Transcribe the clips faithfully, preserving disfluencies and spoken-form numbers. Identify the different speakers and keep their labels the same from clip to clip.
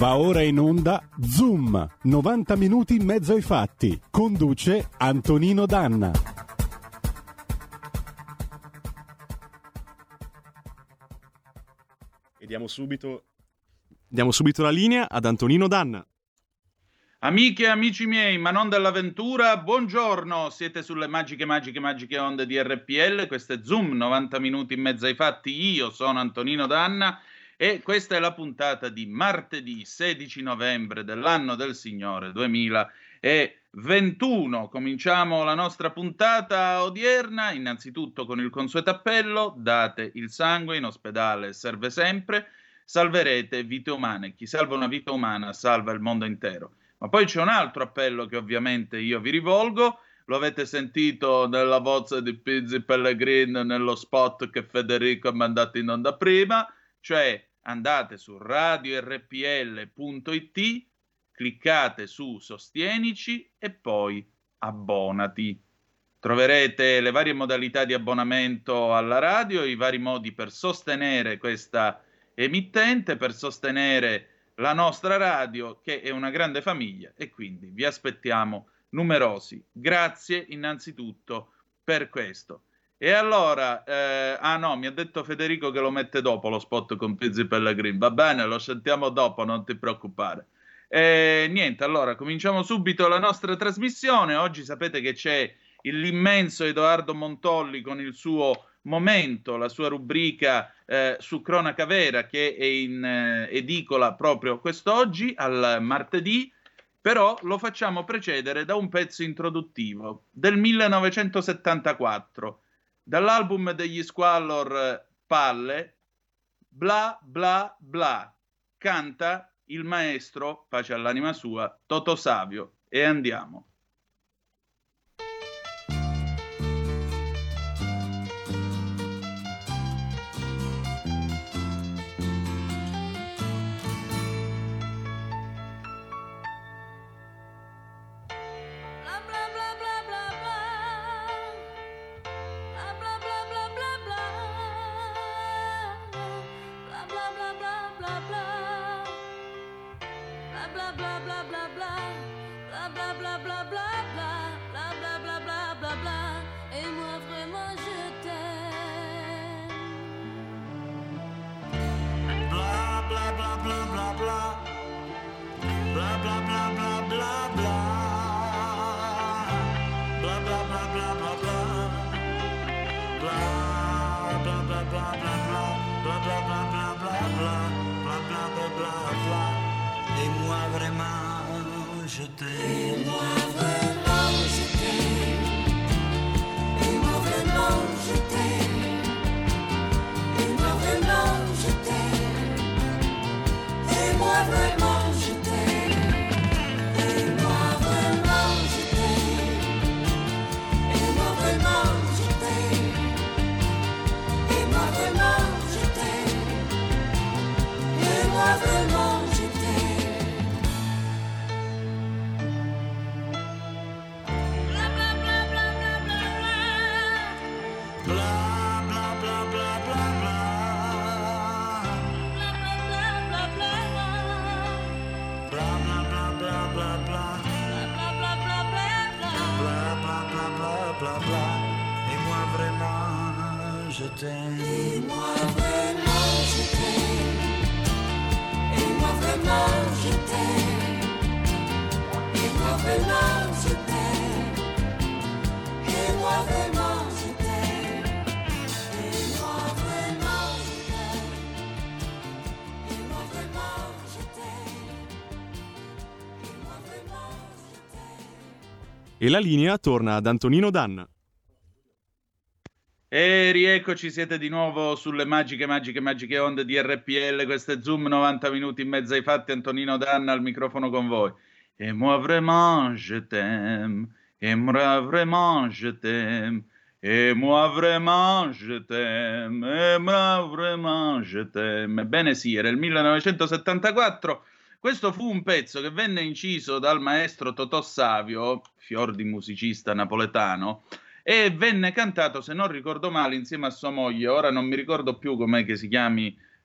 Speaker 1: Va ora in onda Zoom, novanta minuti in mezzo ai fatti. Conduce Antonino Danna.
Speaker 2: E diamo subito, diamo subito la linea ad Antonino Danna.
Speaker 3: Amiche e amici miei, ma non dell'avventura, buongiorno, siete sulle magiche, magiche, magiche onde di R P L, questo è Zoom, novanta minuti in mezzo ai fatti, io sono Antonino Danna e questa è la puntata di martedì sedici novembre dell'anno del Signore duemilaventuno. Cominciamo la nostra puntata odierna, innanzitutto con il consueto appello, date il sangue, in ospedale serve sempre, salverete vite umane, chi salva una vita umana salva il mondo intero. Ma poi c'è un altro appello che ovviamente io vi rivolgo, lo avete sentito nella voce di Pizzi Pellegrin nello spot che Federico ha mandato in onda prima, cioè andate su radio R P L punto it, cliccate su Sostienici e poi abbonati. Troverete le varie modalità di abbonamento alla radio, i vari modi per sostenere questa emittente, per sostenere la nostra radio, che è una grande famiglia, e quindi vi aspettiamo numerosi. Grazie innanzitutto per questo. E allora, eh, ah no, mi ha detto Federico che lo mette dopo lo spot con Pizzi Pellegrin. Va bene, lo sentiamo dopo, non ti preoccupare. E niente, allora cominciamo subito la nostra trasmissione. Oggi sapete che c'è l'immenso Edoardo Montolli con il suo Momento, la sua rubrica eh, su Cronaca Vera, che è in eh, edicola proprio quest'oggi, al martedì, però lo facciamo precedere da un pezzo introduttivo del millenovecentosettantaquattro, dall'album degli Squallor Palle, Bla Bla Bla, canta il maestro, pace all'anima sua, Totò Savio, e andiamo.
Speaker 2: E la linea torna ad Antonino Danna.
Speaker 3: E rieccoci, siete di nuovo sulle magiche, magiche, magiche onde di R P L. Questo è Zoom, novanta minuti in mezzo ai fatti. Antonino Danna al microfono con voi. Et moi vraiment je t'aime, et moi vraiment je t'aime, et moi vraiment je t'aime, et moi vraiment je t'aime. Ebbene sì, era il millenovecentosettantaquattro. Questo fu un pezzo che venne inciso dal maestro Totò Savio, fior di musicista napoletano, e venne cantato, se non ricordo male, insieme a sua moglie. Ora non mi ricordo più com'è che si chiami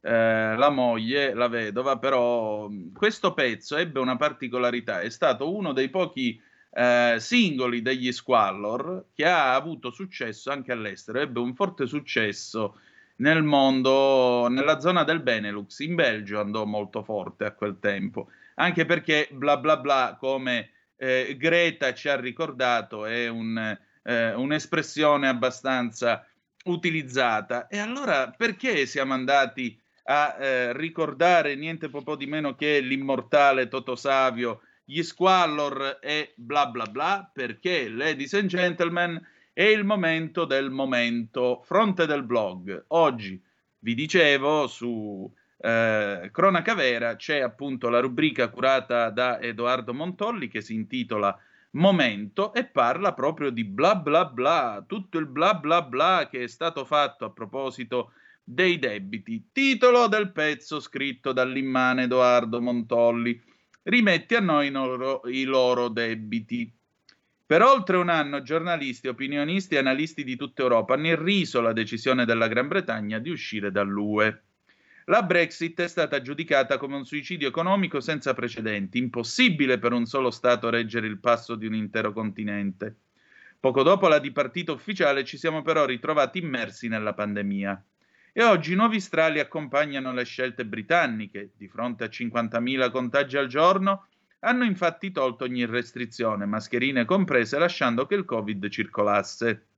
Speaker 3: eh, la moglie, la vedova, però questo pezzo ebbe una particolarità, è stato uno dei pochi eh, singoli degli Squallor che ha avuto successo anche all'estero, ebbe un forte successo nel mondo, nella zona del Benelux, in Belgio andò molto forte a quel tempo, anche perché bla bla bla, come eh, Greta ci ha ricordato, è un, eh, un'espressione abbastanza utilizzata. E allora perché siamo andati a eh, ricordare niente po' di meno che l'immortale Toto Savio, gli Squallor e bla bla bla? Perché, ladies and gentlemen, è il momento del momento. Fronte del blog. Oggi, vi dicevo, su eh, Cronaca Vera c'è appunto la rubrica curata da Edoardo Montolli che si intitola Momento e parla proprio di bla bla bla, tutto il bla bla bla che è stato fatto a proposito dei debiti. Titolo del pezzo scritto dall'immane Edoardo Montolli: rimetti a noi i loro, i loro debiti. Per oltre un anno giornalisti, opinionisti e analisti di tutta Europa hanno irriso la decisione della Gran Bretagna di uscire dall'U E. La Brexit è stata giudicata come un suicidio economico senza precedenti, impossibile per un solo Stato reggere il passo di un intero continente. Poco dopo la dipartita ufficiale ci siamo però ritrovati immersi nella pandemia. E oggi nuovi strali accompagnano le scelte britanniche. Di fronte a cinquantamila contagi al giorno, hanno infatti tolto ogni restrizione, mascherine comprese, lasciando che il Covid circolasse.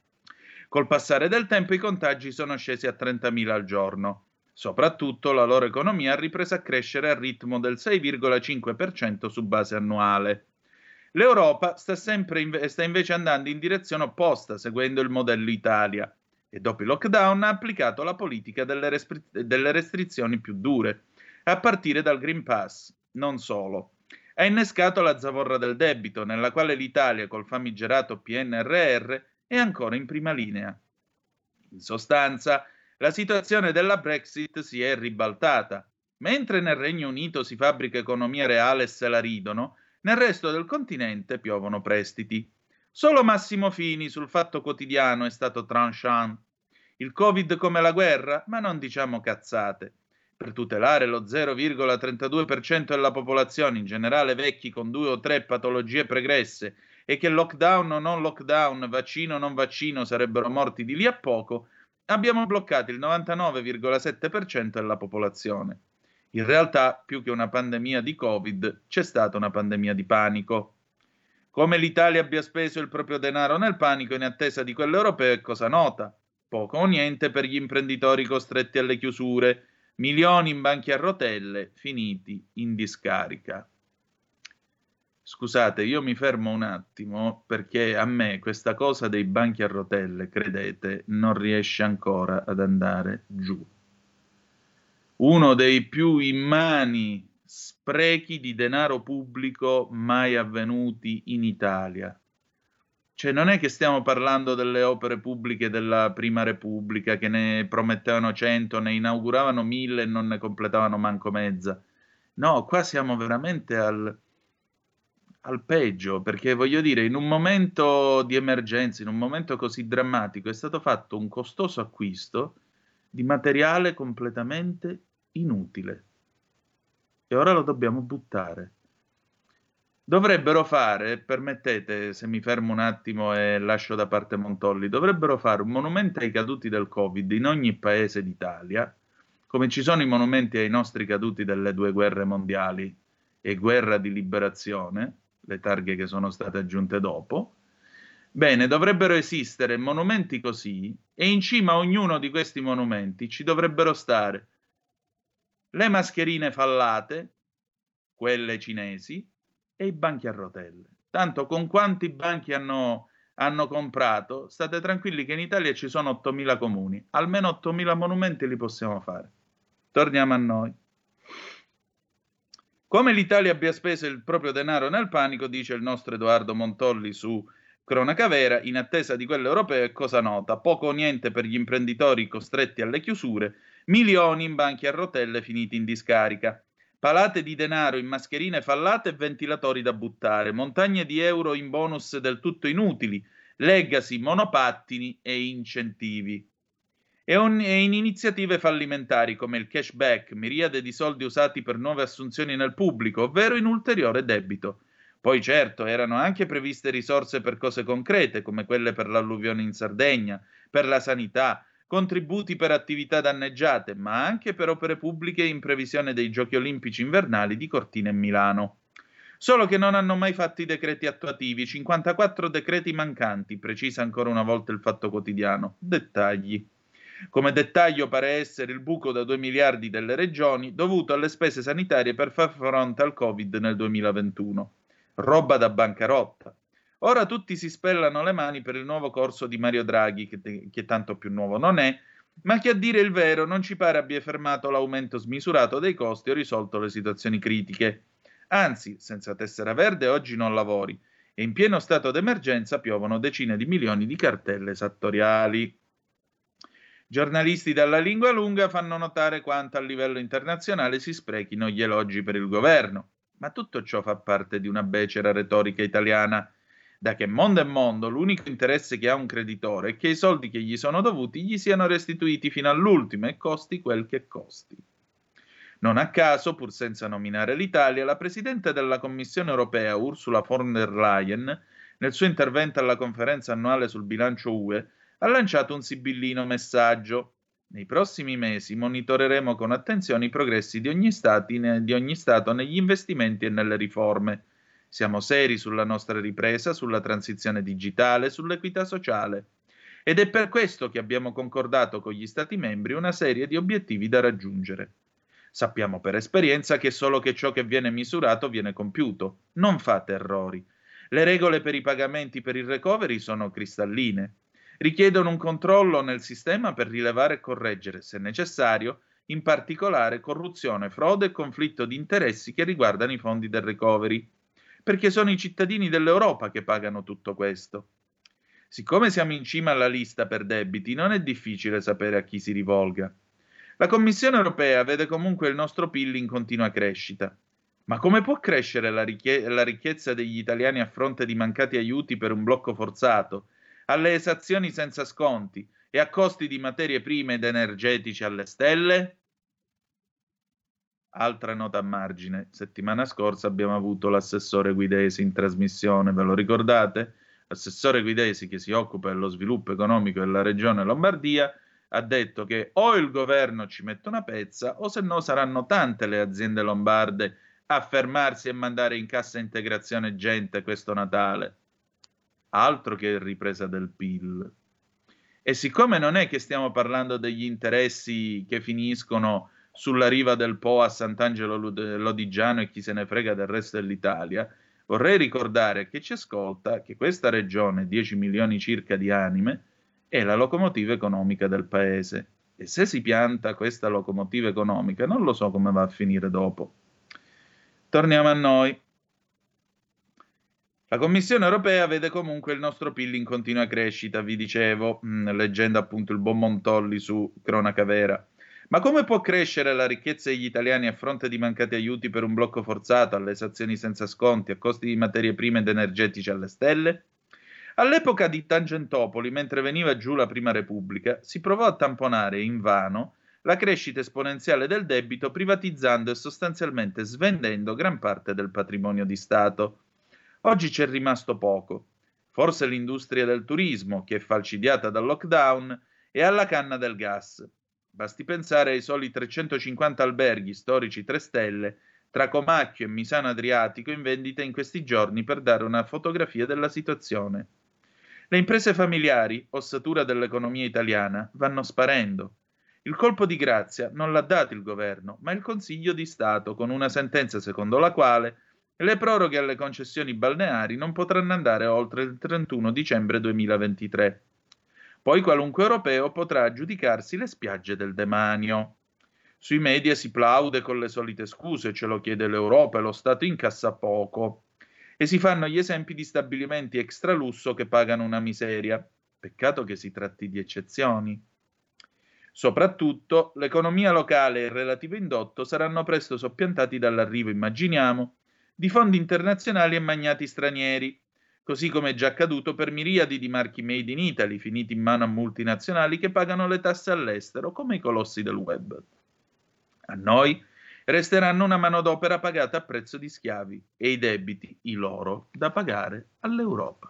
Speaker 3: Col passare del tempo i contagi sono scesi a trentamila al giorno. Soprattutto la loro economia ha ripreso a crescere al ritmo del sei virgola cinque per cento su base annuale. L'Europa sta, sempre inve- sta invece andando in direzione opposta, seguendo il modello Italia, e dopo il lockdown ha applicato la politica delle, respri- delle restrizioni più dure, a partire dal Green Pass. Non solo. Ha innescato la zavorra del debito, nella quale l'Italia, col famigerato P N R R, è ancora in prima linea. In sostanza, la situazione della Brexit si è ribaltata. Mentre nel Regno Unito si fabbrica economia reale e se la ridono, nel resto del continente piovono prestiti. Solo Massimo Fini sul Fatto Quotidiano è stato tranchant. Il Covid come la guerra? Ma non diciamo cazzate. Per tutelare lo zero virgola trentadue per cento della popolazione, in generale vecchi con due o tre patologie pregresse, e che lockdown o non lockdown, vaccino o non vaccino sarebbero morti di lì a poco, abbiamo bloccato il novantanove virgola sette per cento della popolazione. In realtà, più che una pandemia di Covid, c'è stata una pandemia di panico. Come l'Italia abbia speso il proprio denaro nel panico in attesa di quello europeo è cosa nota. Poco o niente per gli imprenditori costretti alle chiusure, milioni in banchi a rotelle finiti in discarica. Scusate, io mi fermo un attimo perché a me questa cosa dei banchi a rotelle, credete, non riesce ancora ad andare giù. Uno dei più immani sprechi di denaro pubblico mai avvenuti in Italia. Cioè non è che stiamo parlando delle opere pubbliche della Prima Repubblica che ne promettevano cento, ne inauguravano mille e non ne completavano manco mezza. No, qua siamo veramente al, al peggio, perché voglio dire, in un momento di emergenza, in un momento così drammatico, è stato fatto un costoso acquisto di materiale completamente inutile. E ora lo dobbiamo buttare. Dovrebbero fare, permettete se mi fermo un attimo e lascio da parte Montolli, dovrebbero fare un monumento ai caduti del Covid in ogni paese d'Italia, come ci sono i monumenti ai nostri caduti delle due guerre mondiali e guerra di liberazione, le targhe che sono state aggiunte dopo. Bene, dovrebbero esistere monumenti così e in cima a ognuno di questi monumenti ci dovrebbero stare le mascherine fallate, quelle cinesi, e i banchi a rotelle. Tanto con quanti banchi hanno, hanno comprato, state tranquilli che in Italia ci sono ottomila comuni, almeno ottomila monumenti li possiamo fare. Torniamo a noi. Come l'Italia abbia speso il proprio denaro nel panico, dice il nostro Edoardo Montolli su Cronaca Vera, in attesa di quello europeo è cosa nota, poco o niente per gli imprenditori costretti alle chiusure, milioni in banchi a rotelle finiti in discarica. Palate di denaro in mascherine fallate e ventilatori da buttare, montagne di euro in bonus del tutto inutili, legacy, monopattini e incentivi. e, on- e in iniziative fallimentari come il cashback, miriade di soldi usati per nuove assunzioni nel pubblico, ovvero in ulteriore debito. Poi certo, erano anche previste risorse per cose concrete, come quelle per l'alluvione in Sardegna, per la sanità, contributi per attività danneggiate, ma anche per opere pubbliche in previsione dei Giochi Olimpici invernali di Cortina e Milano. Solo che non hanno mai fatto i decreti attuativi, cinquantaquattro decreti mancanti, precisa ancora una volta il Fatto Quotidiano. Dettagli. Come dettaglio pare essere il buco da due miliardi delle regioni dovuto alle spese sanitarie per far fronte al Covid nel duemilaventuno. Roba da bancarotta. Ora tutti si spellano le mani per il nuovo corso di Mario Draghi, che, che tanto più nuovo non è, ma che a dire il vero non ci pare abbia fermato l'aumento smisurato dei costi o risolto le situazioni critiche. Anzi, senza tessera verde oggi non lavori e in pieno stato d'emergenza piovono decine di milioni di cartelle esattoriali. Giornalisti dalla lingua lunga fanno notare quanto a livello internazionale si sprechino gli elogi per il governo. Ma tutto ciò fa parte di una becera retorica italiana. Da che mondo è mondo, l'unico interesse che ha un creditore è che i soldi che gli sono dovuti gli siano restituiti fino all'ultimo e costi quel che costi. Non a caso, pur senza nominare l'Italia, la Presidente della Commissione europea, Ursula von der Leyen, nel suo intervento alla conferenza annuale sul bilancio U E, ha lanciato un sibillino messaggio. Nei prossimi mesi monitoreremo con attenzione i progressi di ogni, stati, di ogni Stato negli investimenti e nelle riforme. Siamo seri sulla nostra ripresa, sulla transizione digitale, sull'equità sociale. Ed è per questo che abbiamo concordato con gli Stati membri una serie di obiettivi da raggiungere. Sappiamo per esperienza che solo che ciò che viene misurato viene compiuto. Non fate errori. Le regole per i pagamenti per il recovery sono cristalline. Richiedono un controllo nel sistema per rilevare e correggere, se necessario, in particolare corruzione, frode e conflitto di interessi che riguardano i fondi del recovery, perché sono i cittadini dell'Europa che pagano tutto questo. Siccome siamo in cima alla lista per debiti, non è difficile sapere a chi si rivolga. La Commissione europea vede comunque il nostro P I L in continua crescita. Ma come può crescere la, richie- la ricchezza degli italiani a fronte di mancati aiuti per un blocco forzato, alle esazioni senza sconti e a costi di materie prime ed energetici alle stelle? Altra nota a margine. Settimana scorsa abbiamo avuto l'assessore Guidesi in trasmissione, ve lo ricordate? L'assessore Guidesi, che si occupa dello sviluppo economico della regione Lombardia, ha detto che o il governo ci mette una pezza o se no saranno tante le aziende lombarde a fermarsi e mandare in cassa integrazione gente questo Natale. Altro che ripresa del P I L. E siccome non è che stiamo parlando degli interessi che finiscono sulla riva del Po a Sant'Angelo Lodigiano e chi se ne frega del resto dell'Italia, vorrei ricordare a chi ci ascolta che questa regione, dieci milioni circa di anime, è la locomotiva economica del paese. E se si pianta questa locomotiva economica, non lo so come va a finire dopo. Torniamo a noi. La Commissione europea vede comunque il nostro P I L in continua crescita, vi dicevo, mh, leggendo appunto il buon Montolli su Cronaca Vera. Ma come può crescere la ricchezza degli italiani a fronte di mancati aiuti per un blocco forzato, alle esazioni senza sconti, a costi di materie prime ed energetici alle stelle? All'epoca di Tangentopoli, mentre veniva giù la Prima Repubblica, si provò a tamponare invano la crescita esponenziale del debito privatizzando e sostanzialmente svendendo gran parte del patrimonio di Stato. Oggi c'è rimasto poco. Forse l'industria del turismo, che è falcidiata dal lockdown, e alla canna del gas. Basti pensare ai soli trecentocinquanta alberghi storici tre stelle tra Comacchio e Misano Adriatico in vendita in questi giorni per dare una fotografia della situazione. Le imprese familiari, ossatura dell'economia italiana, vanno sparendo. Il colpo di grazia non l'ha dato il governo, ma il Consiglio di Stato, con una sentenza secondo la quale le proroghe alle concessioni balneari non potranno andare oltre il trentuno dicembre duemilaventitré. Poi qualunque europeo potrà aggiudicarsi le spiagge del demanio. Sui media si plaude con le solite scuse, ce lo chiede l'Europa e lo Stato incassa poco. E si fanno gli esempi di stabilimenti extralusso che pagano una miseria. Peccato che si tratti di eccezioni. Soprattutto, l'economia locale e il relativo indotto saranno presto soppiantati dall'arrivo, immaginiamo, di fondi internazionali e magnati stranieri, così come è già accaduto per miriadi di marchi made in Italy finiti in mano a multinazionali che pagano le tasse all'estero, come i colossi del web. A noi resteranno una manodopera pagata a prezzo di schiavi e i debiti, i loro, da pagare all'Europa.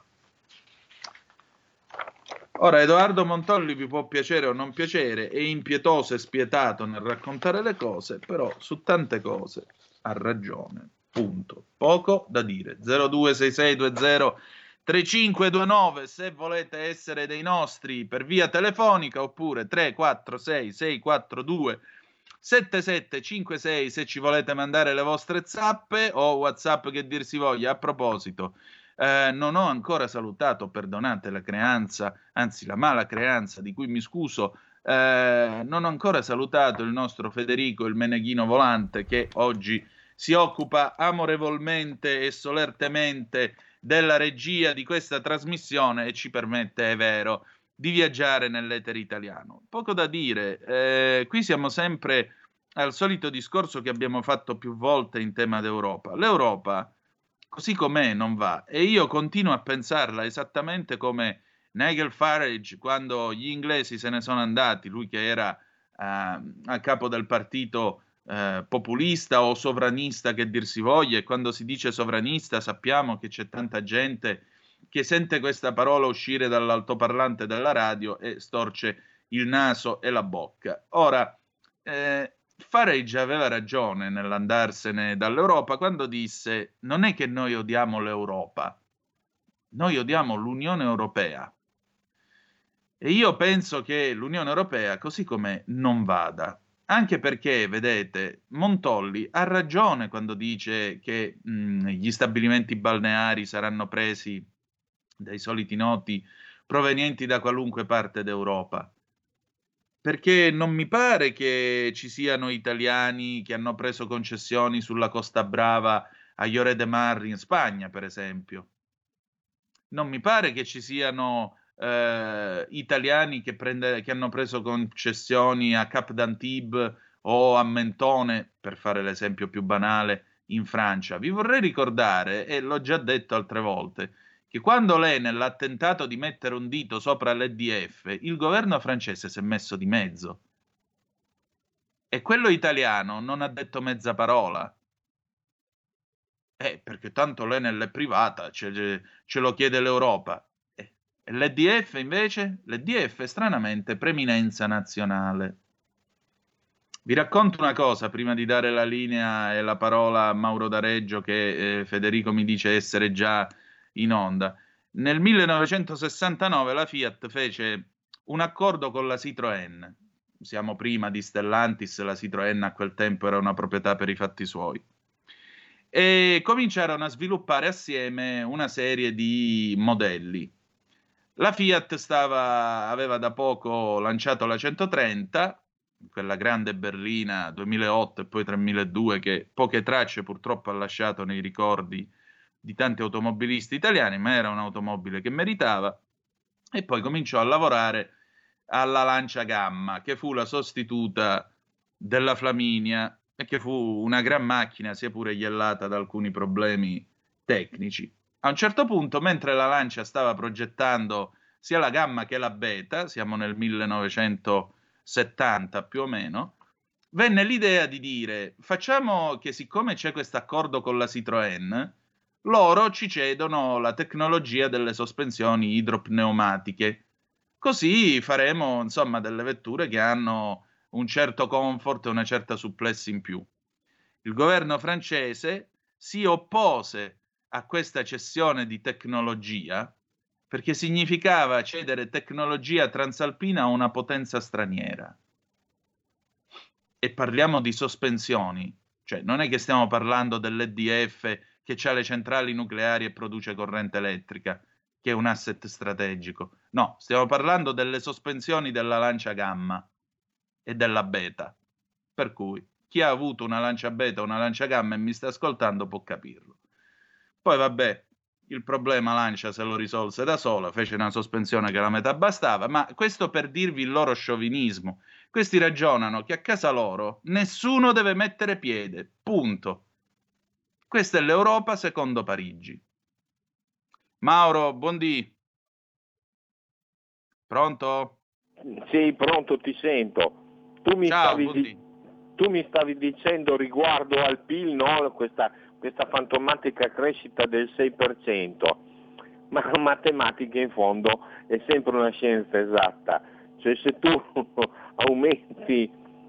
Speaker 3: Ora, Edoardo Montolli vi può piacere o non piacere, è impietoso e spietato nel raccontare le cose, però su tante cose ha ragione, punto. Poco da dire. zero due sei sei due zero tre cinque due nove se volete essere dei nostri per via telefonica, oppure tre quattro sei sei quattro due sette sette cinque sei se ci volete mandare le vostre zappe o WhatsApp che dir si voglia. A proposito, Eh, non ho ancora salutato, perdonate la creanza, anzi la mala creanza di cui mi scuso, eh, non ho ancora salutato il nostro Federico, il meneghino volante, che oggi si occupa amorevolmente e solertemente della regia di questa trasmissione e ci permette, è vero, di viaggiare nell'etere italiano. Poco da dire, eh, qui siamo sempre al solito discorso che abbiamo fatto più volte in tema d'Europa. L'Europa così com'è non va, e io continuo a pensarla esattamente come Nigel Farage quando gli inglesi se ne sono andati, lui che era eh, a capo del partito eh, populista o sovranista che dir si voglia, e quando si dice sovranista sappiamo che c'è tanta gente che sente questa parola uscire dall'altoparlante della radio e storce il naso e la bocca. Ora, eh, Farage aveva ragione nell'andarsene dall'Europa quando disse: non è che noi odiamo l'Europa, noi odiamo l'Unione Europea. E io penso che l'Unione Europea così com'è non vada, anche perché, vedete, Montolli ha ragione quando dice che mh, gli stabilimenti balneari saranno presi dai soliti noti provenienti da qualunque parte d'Europa. Perché non mi pare che ci siano italiani che hanno preso concessioni sulla Costa Brava a Lloret de Mar in Spagna, per esempio. Non mi pare che ci siano eh, italiani che, prende, che hanno preso concessioni a Cap d'Antibes o a Mentone, per fare l'esempio più banale, in Francia. Vi vorrei ricordare, e l'ho già detto altre volte, che quando lei nell'attentato di mettere un dito sopra l'E D F, il governo francese si è messo di mezzo. E quello italiano non ha detto mezza parola. Eh, perché tanto l'Enel è privata, ce, ce lo chiede l'Europa. Eh, e l'E D F invece? L'E D F è stranamente preminenza nazionale. Vi racconto una cosa prima di dare la linea e la parola a Mauro D'Areggio, che eh, Federico mi dice essere già in onda. Nel millenovecentosessantanove la Fiat fece un accordo con la Citroën. Siamo prima di Stellantis, la Citroën a quel tempo era una proprietà per i fatti suoi. E cominciarono a sviluppare assieme una serie di modelli. La Fiat stava, aveva da poco lanciato la centotrenta, quella grande berlina duemilaotto e poi tremiladue, che poche tracce purtroppo ha lasciato nei ricordi di tanti automobilisti italiani, ma era un'automobile che meritava, e poi cominciò a lavorare alla Lancia Gamma, che fu la sostituta della Flaminia e che fu una gran macchina, sia pure iellata da alcuni problemi tecnici. A un certo punto, mentre la Lancia stava progettando sia la Gamma che la Beta, siamo nel millenovecentosettanta più o meno, venne l'idea di dire: facciamo che, siccome c'è questo accordo con la Citroën, loro ci cedono la tecnologia delle sospensioni idropneumatiche, così faremo insomma delle vetture che hanno un certo comfort e una certa souplesse in più. Il governo francese si oppose a questa cessione di tecnologia perché significava cedere tecnologia transalpina a una potenza straniera. E parliamo di sospensioni, cioè non è che stiamo parlando dell'E D F che ha le centrali nucleari e produce corrente elettrica, che è un asset strategico. No, stiamo parlando delle sospensioni della Lancia Gamma e della Beta. Per cui chi ha avuto una Lancia Beta o una Lancia Gamma e mi sta ascoltando può capirlo. Poi vabbè, il problema Lancia se lo risolse da sola, fece una sospensione che la metà bastava, ma questo per dirvi il loro sciovinismo. Questi ragionano che a casa loro nessuno deve mettere piede, punto. Questa è l'Europa secondo Parigi. Mauro, buondì. Pronto?
Speaker 4: Sì, pronto, ti sento. Tu mi,
Speaker 3: Ciao,
Speaker 4: stavi, di, tu mi stavi dicendo riguardo al P I L, no? questa, questa fantomatica crescita del sei per cento, ma la matematica in fondo è sempre una scienza esatta, cioè se tu aumenti,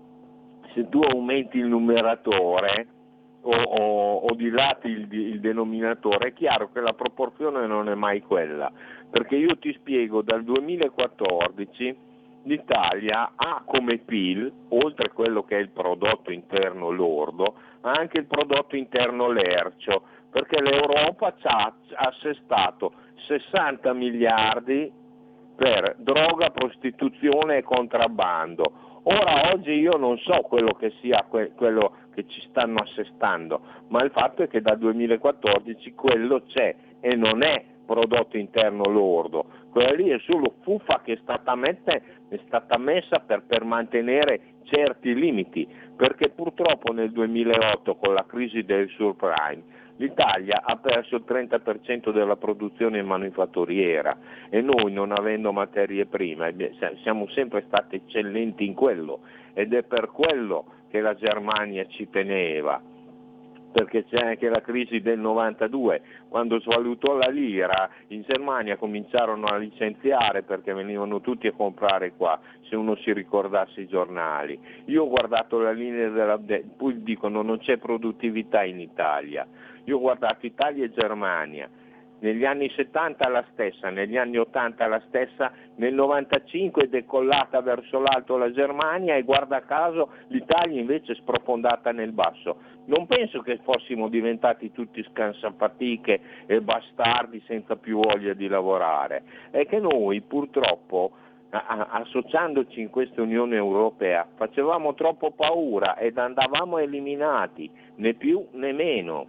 Speaker 4: se tu aumenti il numeratore o, o, o dilati il, il denominatore, è chiaro che la proporzione non è mai quella, perché io ti spiego, dal duemilaquattordici l'Italia ha come P I L, oltre a quello che è il prodotto interno lordo, ha anche il prodotto interno lercio, perché l'Europa ci ha assestato sessanta miliardi per droga, prostituzione e contrabbando. Ora oggi io non so quello che sia que- quello che ci stanno assestando, ma il fatto è che dal duemilaquattordici quello c'è e non è prodotto interno lordo, quella lì è solo fuffa che è stata, mette, è stata messa per, per mantenere certi limiti, perché purtroppo nel duemilaotto con la crisi del subprime l'Italia ha perso il trenta per cento della produzione manifatturiera e noi, non avendo materie prime, siamo sempre stati eccellenti in quello, ed è per quello che la Germania ci teneva, perché c'è anche la crisi del novantadue, quando svalutò la lira, in Germania cominciarono a licenziare perché venivano tutti a comprare qua, se uno si ricordasse i giornali. Io ho guardato la linea della, poi dicono non c'è produttività in Italia, io ho guardato Italia e Germania, negli anni settanta la stessa, negli anni ottanta la stessa, nel novantacinque è decollata verso l'alto la Germania e guarda caso l'Italia invece è sprofondata nel basso. Non penso che fossimo diventati tutti scansafatiche e bastardi senza più voglia di lavorare, è che noi purtroppo associandoci in questa Unione Europea facevamo troppo paura ed andavamo eliminati, né più né meno.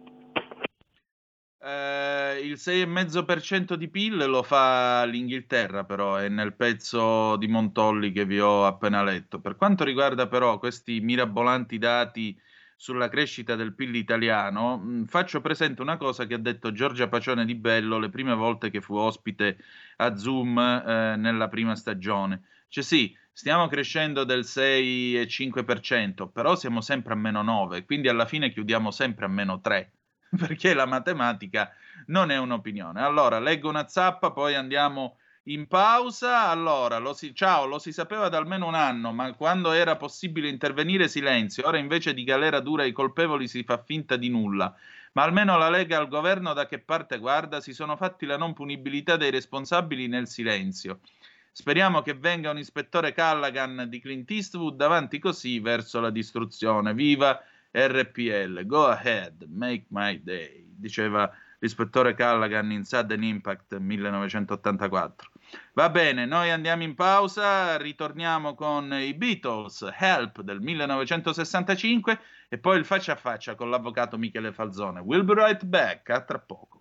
Speaker 3: Eh, il sei virgola cinque per cento di P I L lo fa l'Inghilterra, però è nel pezzo di Montolli che vi ho appena letto. Per quanto riguarda però questi mirabolanti dati sulla crescita del P I L italiano, mh, faccio presente una cosa che ha detto Giorgia Pacione di Bello le prime volte che fu ospite a Zoom eh, nella prima stagione. Cioè sì, stiamo crescendo del sei virgola cinque per cento, però siamo sempre a meno nove, quindi alla fine chiudiamo sempre a meno tre. Perché la matematica non è un'opinione. Allora, leggo una zappa, poi andiamo in pausa. Allora, lo si, ciao, lo si sapeva da almeno un anno, ma quando era possibile intervenire silenzio, ora invece di galera dura ai colpevoli si fa finta di nulla. Ma almeno la Lega al governo da che parte guarda? Si sono fatti la non punibilità dei responsabili nel silenzio. Speriamo che venga un ispettore Callaghan di Clint Eastwood avanti così verso la distruzione. Viva R P L, go ahead, make my day, diceva l'ispettore Callaghan in Sudden Impact millenovecentottantaquattro. Va bene, noi andiamo in pausa, ritorniamo con i Beatles, Help del millenovecentosessantacinque e poi il faccia a faccia con l'avvocato Michele Falzone. We'll be right back, a tra poco.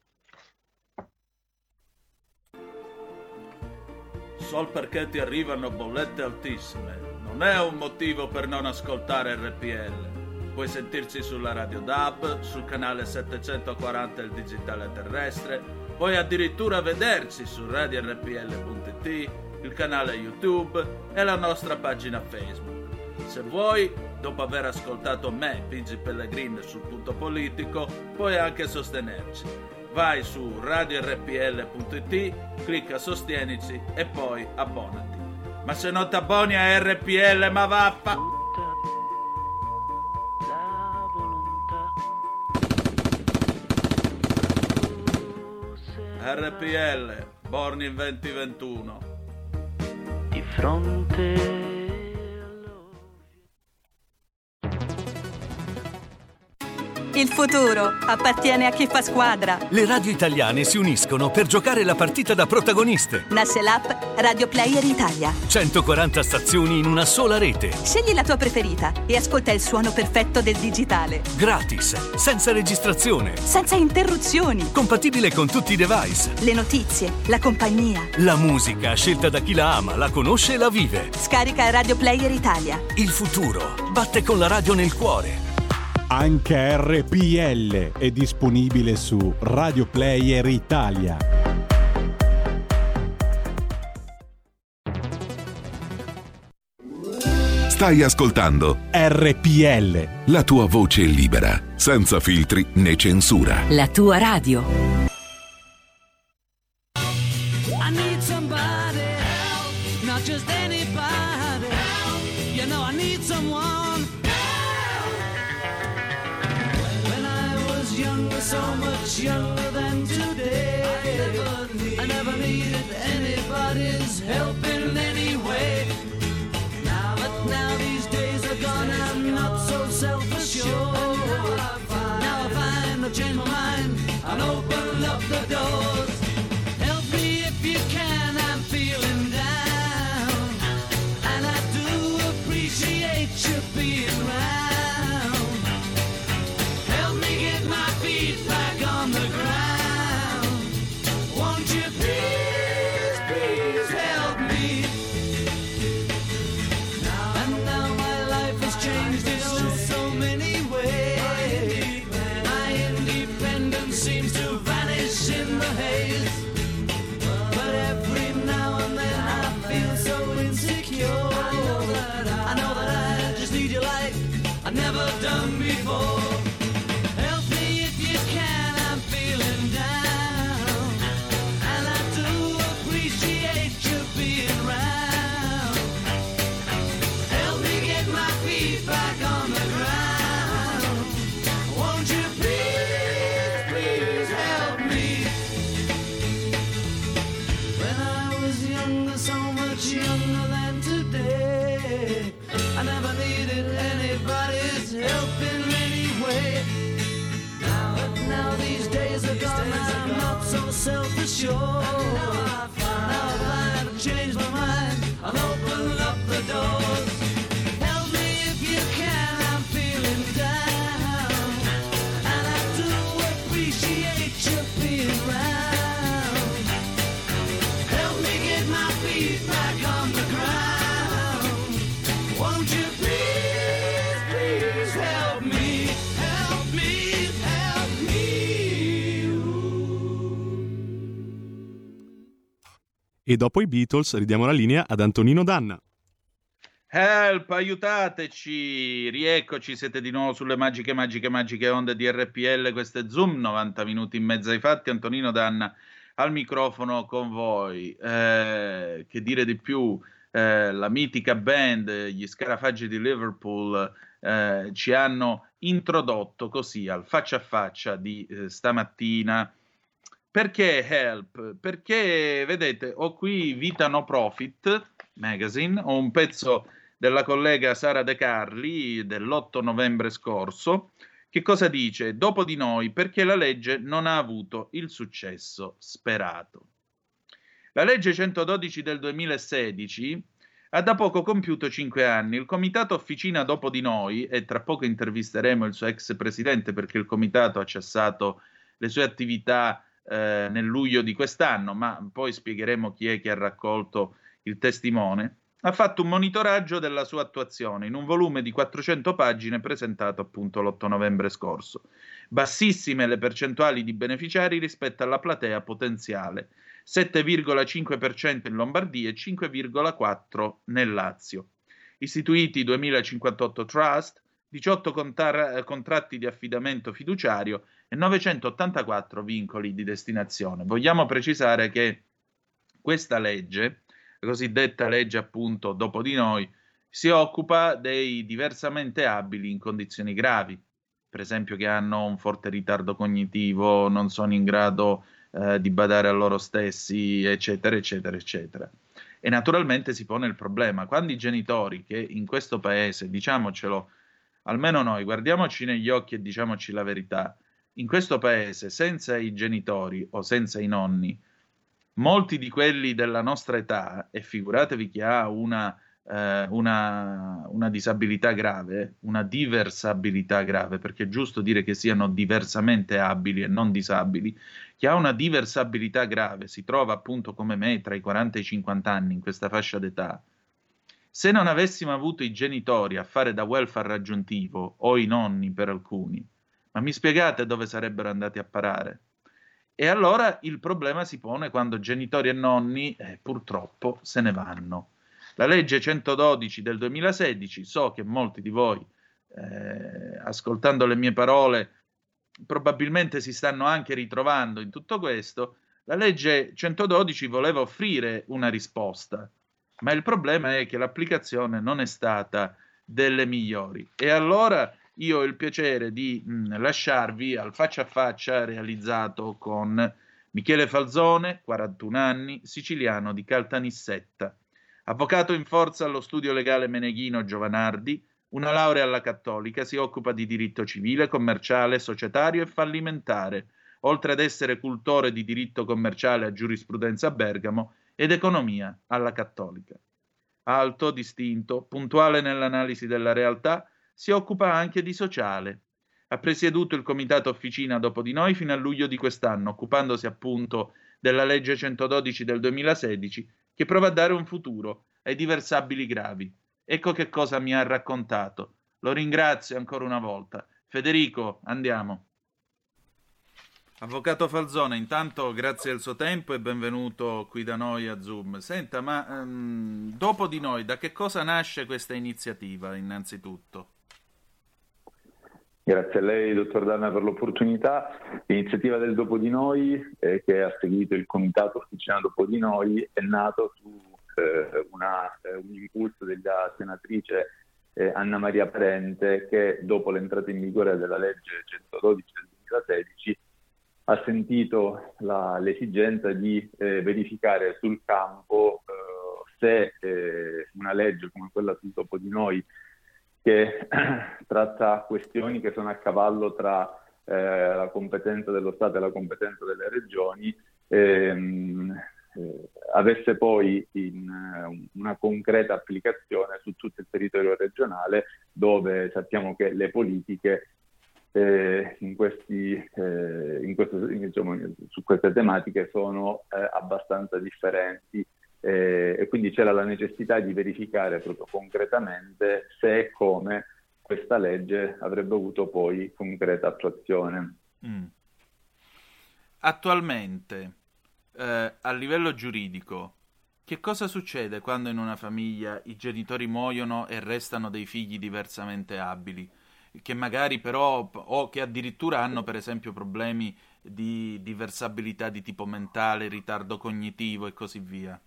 Speaker 3: Sol perché ti arrivano bollette altissime, non è un motivo per non ascoltare R P L. Puoi sentirci sulla radio D A B, sul canale settecentoquaranta il digitale terrestre, puoi addirittura vederci su radio R P L punto it, il canale YouTube e la nostra pagina Facebook. Se vuoi, dopo aver ascoltato me, Pigi Pellegrin, sul punto politico, puoi anche sostenerci. Vai su radio R P L punto it, clicca Sostienici e poi abbonati. Ma se non ti abboni a R P L, ma vaffa... R P L, born in duemilaventuno.
Speaker 5: Di fronte
Speaker 6: Il futuro appartiene a chi fa squadra.
Speaker 7: Le radio italiane si uniscono per giocare la partita da protagoniste.
Speaker 6: Nasce l'app Radio Player Italia.
Speaker 7: centoquaranta stazioni in una sola rete.
Speaker 6: Scegli la tua preferita e ascolta il suono perfetto del digitale.
Speaker 7: Gratis, senza registrazione.
Speaker 6: Senza interruzioni.
Speaker 7: Compatibile con tutti i device.
Speaker 6: Le notizie, la compagnia.
Speaker 7: La musica scelta da chi la ama, la conosce e la vive.
Speaker 6: Scarica Radio Player Italia.
Speaker 7: Il futuro batte con la radio nel cuore.
Speaker 1: Anche R P L è disponibile su Radio Player Italia.
Speaker 8: Stai ascoltando
Speaker 1: R P L,
Speaker 8: la tua voce libera, senza filtri né censura.
Speaker 6: La tua radio.
Speaker 9: I need somebody help, not just anybody help. You know I need someone help. When I was younger, so much younger than today, I never, need, I never needed anybody's help in any way. Now these days are gone, I'm not so self-assured. Now I find I've changed my mind and opened up the doors. Help me if you can, I'm feeling down, and I do appreciate you being around. Help me get my feet back on the ground. Won't you please, please help me? Changed in so many ways. My independence seems to vanish in the haze. But every now and then I feel so insecure. I know that I, I, know that I just need you like I've never done before. Help me if you can, I'm feeling down, and I do appreciate you being around. Back on the ground. Won't you please, please help me? When I was younger, so much younger than today, I never needed anybody's help in any way. Now, but now these days are gone, I'm not so self-assured. Now I find I've changed my mind, I'll open up the doors.
Speaker 2: E dopo i Beatles ridiamo la linea ad Antonino Danna.
Speaker 3: Help, aiutateci, rieccoci, siete di nuovo sulle magiche, magiche, magiche onde di R P L, questo è Zoom, novanta minuti in mezzo ai fatti, Antonino Danna al microfono con voi. Eh, che dire di più, eh, la mitica band, gli Scarafaggi di Liverpool, eh, ci hanno introdotto così al faccia a faccia di eh, stamattina. Perché Help? Perché, vedete, ho qui Vita No Profit Magazine, ho un pezzo della collega Sara De Carli dell'otto novembre scorso. Che cosa dice? Dopo di noi, perché la legge non ha avuto il successo sperato. La legge centododici del duemilasedici ha da poco compiuto cinque anni. Il comitato Officina Dopo di Noi, e tra poco intervisteremo il suo ex presidente perché il comitato ha cessato le sue attività Eh, nel luglio di quest'anno, ma poi spiegheremo chi è che ha raccolto il testimone, ha fatto un monitoraggio della sua attuazione in un volume di quattrocento pagine presentato appunto l'otto novembre scorso. Bassissime le percentuali di beneficiari rispetto alla platea potenziale, sette virgola cinque per cento in Lombardia e cinque virgola quattro per cento nel Lazio. Istituiti duemilacinquantotto trust, diciotto contar- contratti di affidamento fiduciario e novecentottantaquattro vincoli di destinazione. Vogliamo precisare che questa legge, la cosiddetta legge appunto Dopo di Noi, si occupa dei diversamente abili in condizioni gravi, per esempio che hanno un forte ritardo cognitivo, non sono in grado eh, di badare a loro stessi, eccetera, eccetera, eccetera. E naturalmente si pone il problema, quando i genitori che in questo paese, diciamocelo, almeno noi, guardiamoci negli occhi e diciamoci la verità, in questo paese, senza i genitori o senza i nonni, molti di quelli della nostra età, e figuratevi chi ha una, eh, una, una disabilità grave, una diversabilità grave, perché è giusto dire che siano diversamente abili e non disabili, chi ha una diversabilità grave, si trova appunto come me tra i quaranta e i cinquanta anni in questa fascia d'età, Se non avessimo avuto i genitori a fare da welfare aggiuntivo, o i nonni per alcuni, ma mi spiegate dove sarebbero andati a parare? E allora il problema si pone quando genitori e nonni eh, purtroppo se ne vanno. La legge centododici del duemilasedici, so che molti di voi, eh, ascoltando le mie parole, probabilmente si stanno anche ritrovando in tutto questo. La legge centododici voleva offrire una risposta, ma il problema è che l'applicazione non è stata delle migliori. E allora io ho il piacere di mh, lasciarvi al faccia a faccia realizzato con Michele Falzone, quarantuno anni, siciliano di Caltanissetta, avvocato in forza allo studio legale Meneghino Giovanardi, una laurea alla Cattolica, si occupa di diritto civile, commerciale, societario e fallimentare, oltre ad essere cultore di diritto commerciale a giurisprudenza a Bergamo ed economia alla Cattolica. Alto, distinto, puntuale nell'analisi della realtà, si occupa anche di sociale. Ha presieduto il comitato Officina Dopo di Noi fino a luglio di quest'anno, occupandosi appunto della legge centododici del duemilasedici, che prova a dare un futuro ai diversabili gravi. Ecco che cosa mi ha raccontato. Lo ringrazio ancora una volta. Federico, andiamo. Avvocato Falzone, intanto grazie al suo tempo e benvenuto qui da noi a Zoom. Senta, ma um, Dopo di Noi, da che cosa nasce questa iniziativa innanzitutto?
Speaker 10: Grazie a lei, dottor Danna, per l'opportunità. L'iniziativa del Dopo di Noi, eh, che ha seguito il comitato Officina Dopo di Noi, è nato su eh, una, eh, un impulso della senatrice eh, Anna Maria Parente, che dopo l'entrata in vigore della legge centododici del duemilasedici ha sentito la, l'esigenza di eh, verificare sul campo eh, se eh, una legge come quella sul Dopo di Noi, che tratta questioni che sono a cavallo tra eh, la competenza dello Stato e la competenza delle regioni, ehm, eh, avesse poi in, uh, una concreta applicazione su tutto il territorio regionale, dove sappiamo che le politiche eh, in questi, eh, in questo, in, diciamo, su queste tematiche sono eh, abbastanza differenti. Eh, e quindi c'era la necessità di verificare proprio concretamente se e come questa legge avrebbe avuto poi concreta attuazione.
Speaker 3: Mm. Attualmente, eh, a livello giuridico, che cosa succede quando in una famiglia i genitori muoiono e restano dei figli diversamente abili, che magari però, o che addirittura hanno per esempio problemi di diversabilità di tipo mentale, ritardo cognitivo e così via?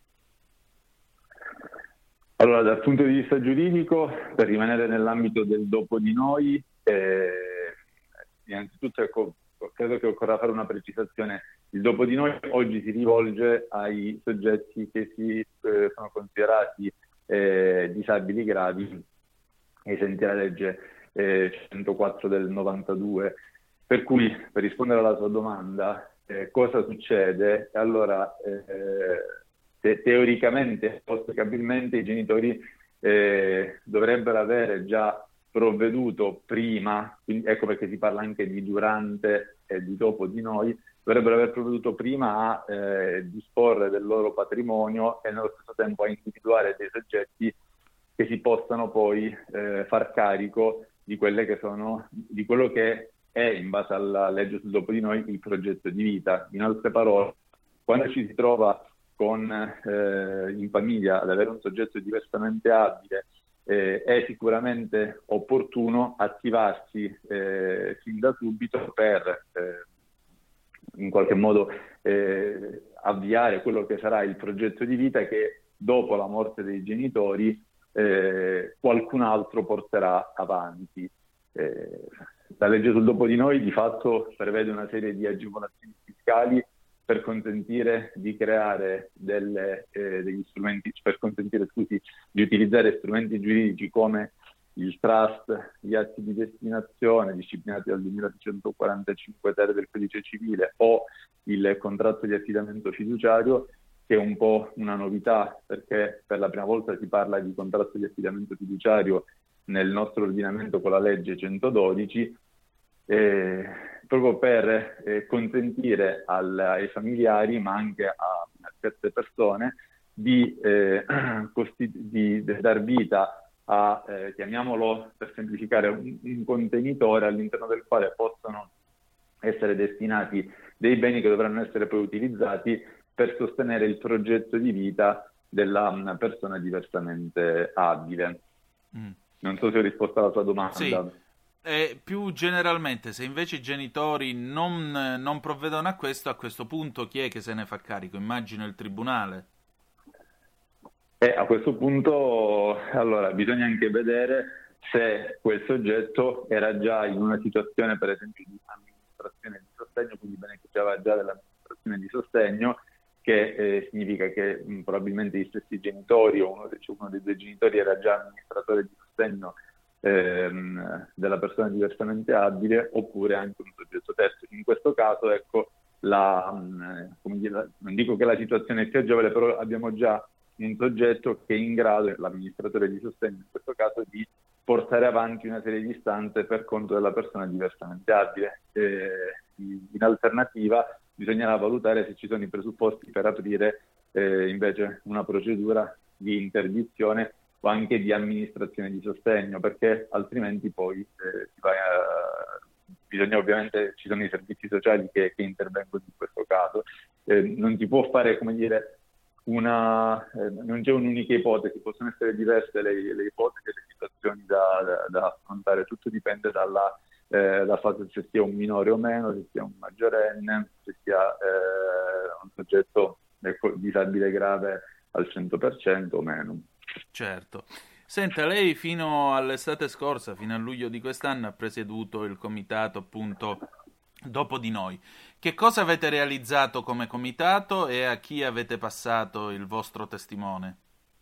Speaker 10: Allora, dal punto di vista giuridico, per rimanere nell'ambito del Dopo di Noi, eh, innanzitutto ecco, credo che occorra fare una precisazione. Il Dopo di Noi oggi si rivolge ai soggetti che si, eh, sono considerati eh, disabili gravi ai sensi della legge eh, centoquattro del novantadue. Per cui, per rispondere alla sua domanda, eh, cosa succede? Allora, eh, Te- teoricamente, auspicabilmente, i genitori eh, dovrebbero avere già provveduto prima, quindi ecco perché si parla anche di durante e di dopo di noi, dovrebbero aver provveduto prima a eh, disporre del loro patrimonio e nello stesso tempo a individuare dei soggetti che si possano poi eh, far carico di quelle che sono, di quello che è, in base alla legge sul Dopo di Noi, il progetto di vita. In altre parole, quando ci si trova con eh, in famiglia ad avere un soggetto diversamente abile, eh, è sicuramente opportuno attivarsi eh, fin da subito per eh, in qualche modo eh, avviare quello che sarà il progetto di vita che dopo la morte dei genitori eh, qualcun altro porterà avanti. Eh, la legge sul Dopo di Noi di fatto prevede una serie di agevolazioni fiscali per consentire di creare delle, eh, degli strumenti, per consentire, scusi, di utilizzare strumenti giuridici come il trust, gli atti di destinazione disciplinati dal duemiladuecentoquarantacinque ter del Codice Civile o il contratto di affidamento fiduciario, che è un po' una novità perché per la prima volta si parla di contratto di affidamento fiduciario nel nostro ordinamento con la legge centododici, eh, proprio per eh, consentire al, ai familiari, ma anche a, a queste persone, di, eh, costi- di, di dar vita a, eh, chiamiamolo per semplificare, un, un contenitore all'interno del quale possono essere destinati dei beni che dovranno essere poi utilizzati per sostenere il progetto di vita della persona diversamente abile. Mm. Non so se ho risposto alla tua domanda.
Speaker 3: Sì. E più generalmente, se invece i genitori non, non provvedono a questo, a questo punto chi è che se ne fa carico? Immagino il tribunale.
Speaker 10: E a questo punto, allora, bisogna anche vedere se quel soggetto era già in una situazione, per esempio, di amministrazione di sostegno, quindi beneficiava già dell'amministrazione di sostegno, che eh, significa che mh, probabilmente gli stessi genitori o uno dei, uno dei due genitori era già amministratore di sostegno ehm, della persona diversamente abile, oppure anche un soggetto terzo. In questo caso, ecco, la, mh, come dire, la, non dico che la situazione è più agevole, però abbiamo già un soggetto che è in grado, l'amministratore di sostegno in questo caso, di portare avanti una serie di istanze per conto della persona diversamente abile. Eh, in alternativa bisognerà valutare se ci sono i presupposti per aprire eh, invece una procedura di interdizione o anche di amministrazione di sostegno, perché altrimenti poi eh, si va a, bisogna ovviamente, ci sono i servizi sociali che, che intervengono in questo caso. Eh, non si può fare, come dire, una eh, non c'è un'unica ipotesi, possono essere diverse le, le ipotesi e le situazioni da, da, da affrontare, tutto dipende dalla Eh, da fatto se sia un minore o meno, se sia un maggiorenne, se sia eh, un soggetto ecco, disabile grave al cento per cento o meno.
Speaker 3: Certo. Senta, lei fino all'estate scorsa, fino a luglio di quest'anno, ha presieduto il comitato appunto Dopo di Noi. Che cosa avete realizzato come comitato e a chi avete passato il vostro testimone?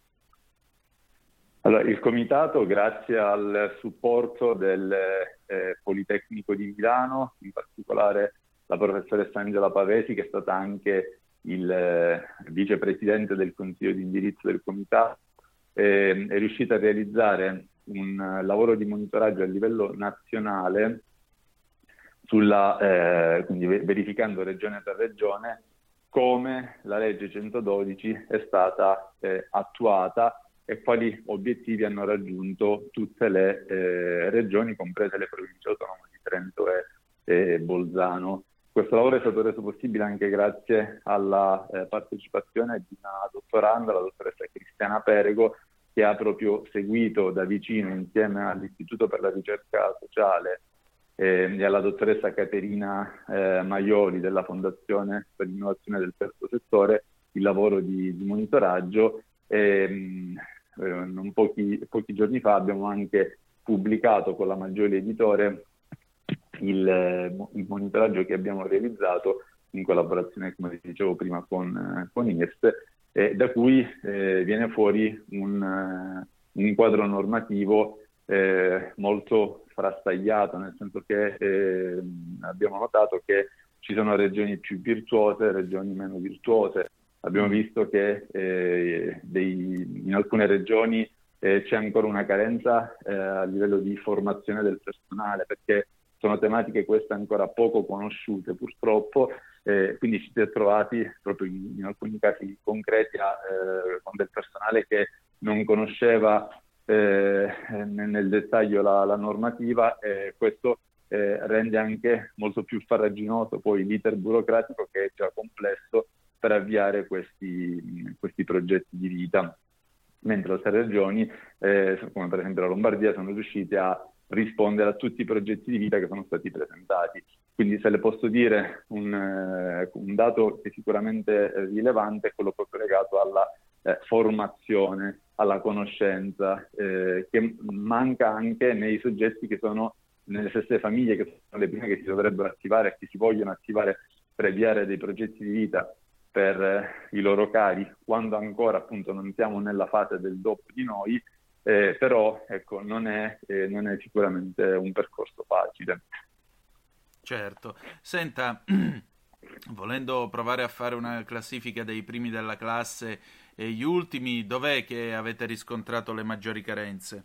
Speaker 10: Allora, il comitato, grazie al supporto del eh, Politecnico di Milano, in particolare la professoressa Angela Pavesi, che è stata anche il eh, vicepresidente del consiglio di indirizzo del comitato, eh, è riuscita a realizzare un uh, lavoro di monitoraggio a livello nazionale, sulla, eh, quindi verificando regione per regione come la legge centododici è stata eh, attuata e quali obiettivi hanno raggiunto tutte le eh, regioni, comprese le province autonome di Trento e, e Bolzano. Questo lavoro è stato reso possibile anche grazie alla eh, partecipazione di una dottoranda, la dottoressa Cristiana Perego, che ha proprio seguito da vicino, insieme all'Istituto per la Ricerca Sociale eh, e alla dottoressa Caterina eh, Maioli della Fondazione per l'Innovazione del Terzo Settore, il lavoro di, di monitoraggio. E, Non pochi, pochi giorni fa abbiamo anche pubblicato con la Maggioli Editore il, il monitoraggio che abbiamo realizzato in collaborazione, come dicevo prima, con, con I S, eh, da cui eh, viene fuori un, un quadro normativo eh, molto frastagliato, nel senso che eh, abbiamo notato che ci sono regioni più virtuose, regioni meno virtuose. Abbiamo visto che eh, dei, in alcune regioni eh, c'è ancora una carenza eh, a livello di formazione del personale, perché sono tematiche queste ancora poco conosciute purtroppo, eh, quindi ci si è trovati proprio in, in alcuni casi concreti a, eh, con del personale che non conosceva eh, nel dettaglio la, la normativa, e questo eh, rende anche molto più farraginoso poi l'iter burocratico, che è già complesso, per avviare questi, questi progetti di vita, mentre altre regioni, eh, come per esempio la Lombardia, sono riuscite a rispondere a tutti i progetti di vita che sono stati presentati. Quindi, se le posso dire un, eh, un dato che è sicuramente rilevante, è quello proprio legato alla eh, formazione, alla conoscenza, eh, che manca anche nei soggetti che sono nelle stesse famiglie, che sono le prime che si dovrebbero attivare e che si vogliono attivare per avviare dei progetti di vita per eh, i loro cari, quando ancora appunto non siamo nella fase del dopo di noi, eh, però ecco, non è, eh, non è sicuramente un percorso facile.
Speaker 3: Certo. Senta, volendo provare a fare una classifica dei primi della classe e gli ultimi, dov'è che avete riscontrato le maggiori carenze?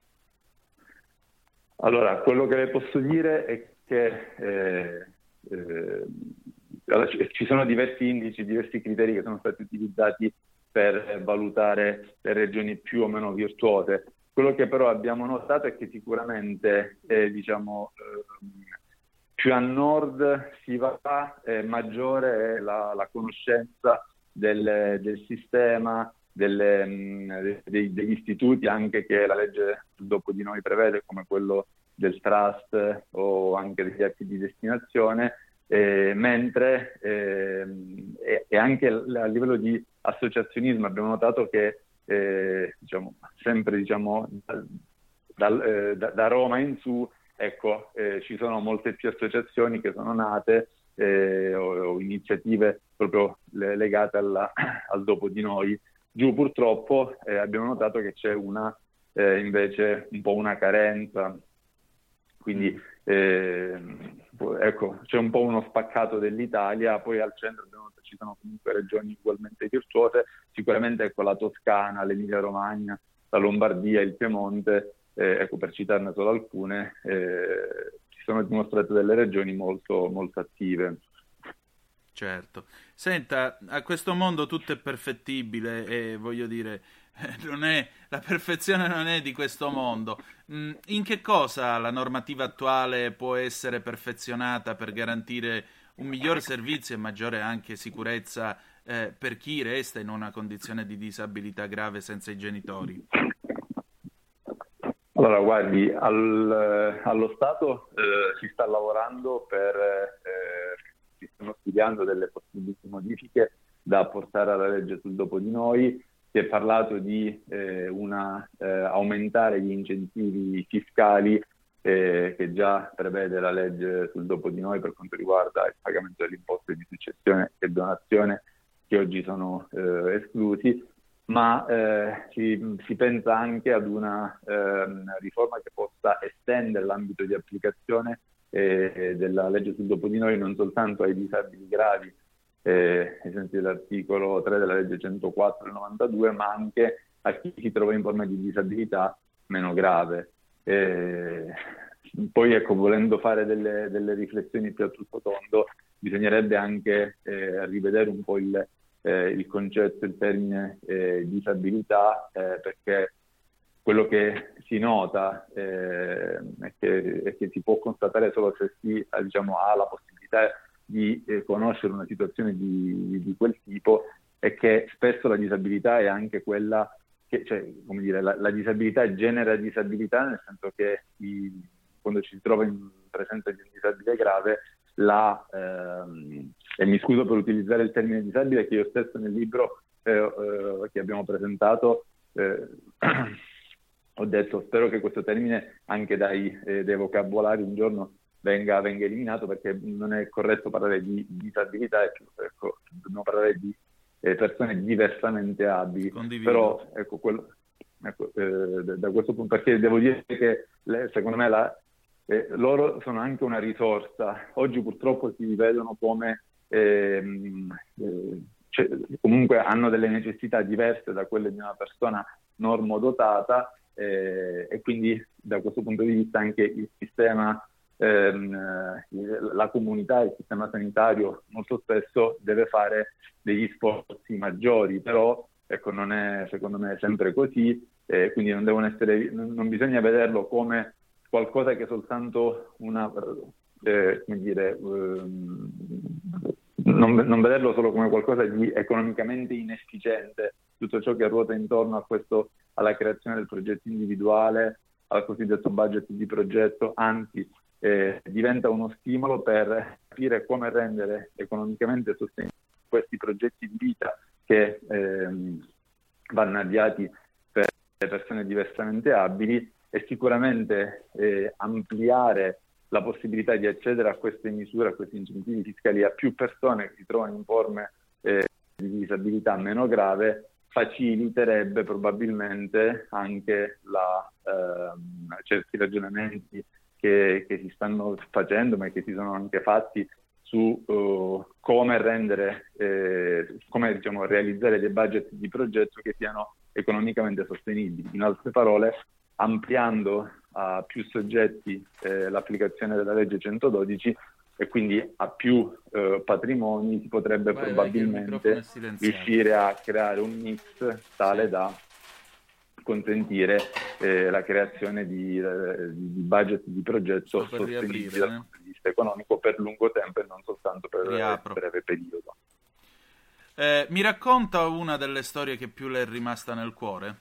Speaker 10: Allora, quello che le posso dire è che eh, eh, allora, ci sono diversi indici, diversi criteri che sono stati utilizzati per valutare le regioni più o meno virtuose. Quello che però abbiamo notato è che sicuramente eh, diciamo, eh, più a nord si va, eh, maggiore è la, la conoscenza del, del sistema, delle, mh, dei, degli istituti anche che la legge dopo di noi prevede, come quello del trust o anche degli atti di destinazione, eh, mentre eh, e, e anche a livello di associazionismo abbiamo notato che eh, diciamo, sempre diciamo, da, da, eh, da, da Roma in su, ecco, eh, ci sono molte più associazioni che sono nate eh, o, o iniziative proprio le, legate alla, al dopo di noi. Giù purtroppo eh, abbiamo notato che c'è una eh, invece un po' una carenza, quindi eh, ecco, c'è un po' uno spaccato dell'Italia. Poi al centro abbiamo, ci sono comunque regioni ugualmente virtuose, sicuramente ecco, la Toscana, l'Emilia Romagna, la Lombardia, il Piemonte, eh, ecco, per citarne solo alcune, eh, si sono dimostrate delle regioni molto, molto attive.
Speaker 3: Certo. Senta, a questo mondo tutto è perfettibile e voglio dire, non è, la perfezione non è di questo mondo. In che cosa la normativa attuale può essere perfezionata per garantire un miglior servizio e maggiore anche sicurezza eh, per chi resta in una condizione di disabilità grave senza i genitori?
Speaker 10: Allora, guardi, al, allo Stato eh, si sta lavorando per... Eh, si stanno studiando delle possibili modifiche da apportare alla legge sul dopo di noi. Si è parlato di eh, una, eh, aumentare gli incentivi fiscali eh, che già prevede la legge sul dopo di noi per quanto riguarda il pagamento delle imposte di successione e donazione, che oggi sono eh, esclusi, ma eh, si, si pensa anche ad una eh, riforma che possa estendere l'ambito di applicazione eh, della legge sul dopo di noi non soltanto ai disabili gravi, Eh, ai sensi dell'articolo tre della legge centoquattro del novantadue, ma anche a chi si trova in forma di disabilità meno grave. Eh, poi, ecco, volendo fare delle, delle riflessioni più a tutto tondo, bisognerebbe anche eh, rivedere un po' il, eh, il concetto, il termine eh, disabilità, eh, perché quello che si nota eh, è, che, è che si può constatare solo se si diciamo, ha la possibilità di eh, conoscere una situazione di, di, di quel tipo, è che spesso la disabilità è anche quella che, cioè, come dire, la, la disabilità genera disabilità, nel senso che i, quando ci si trova in presenza di un disabile grave, la, ehm, e mi scuso per utilizzare il termine disabile che io stesso nel libro eh, eh, che abbiamo presentato eh, ho detto, spero che questo termine anche dai, eh, dai vocabolari un giorno Venga, venga eliminato, perché non è corretto parlare di disabilità, ecco, dobbiamo parlare di eh, persone diversamente abili.
Speaker 3: Condivido.
Speaker 10: Però ecco, quello, ecco eh, da questo punto, perché devo dire che le, secondo me la, eh, loro sono anche una risorsa. Oggi purtroppo si vedono come ehm, eh, cioè, comunque hanno delle necessità diverse da quelle di una persona normodotata eh, e quindi da questo punto di vista anche il sistema, la comunità, il sistema sanitario molto spesso deve fare degli sforzi maggiori, però ecco, non è secondo me sempre così, eh, quindi non devono essere, non bisogna vederlo come qualcosa che è soltanto una, eh, come dire, eh, non, non vederlo solo come qualcosa di economicamente inefficiente, tutto ciò che ruota intorno a questo, alla creazione del progetto individuale, al cosiddetto budget di progetto, anzi Eh, diventa uno stimolo per capire come rendere economicamente sostenibili questi progetti di vita che ehm, vanno avviati per le persone diversamente abili, e sicuramente eh, ampliare la possibilità di accedere a queste misure, a questi incentivi fiscali a più persone che si trovano in forme eh, di disabilità meno grave, faciliterebbe probabilmente anche la, ehm, certi ragionamenti Che, che si stanno facendo, ma che si sono anche fatti su uh, come rendere, eh, come diciamo, realizzare dei budget di progetto che siano economicamente sostenibili. In altre parole, ampliando a più soggetti eh, l'applicazione della legge centododici, e quindi ha più eh, patrimoni, si potrebbe
Speaker 3: vai,
Speaker 10: probabilmente
Speaker 3: vai,
Speaker 10: riuscire a creare un mix tale da consentire eh, la creazione di, eh, di budget di progetto sostenibile dal
Speaker 3: eh.
Speaker 10: punto di vista economico per lungo tempo e non soltanto per il breve periodo.
Speaker 3: Eh, mi racconta una delle storie che più le è rimasta nel cuore?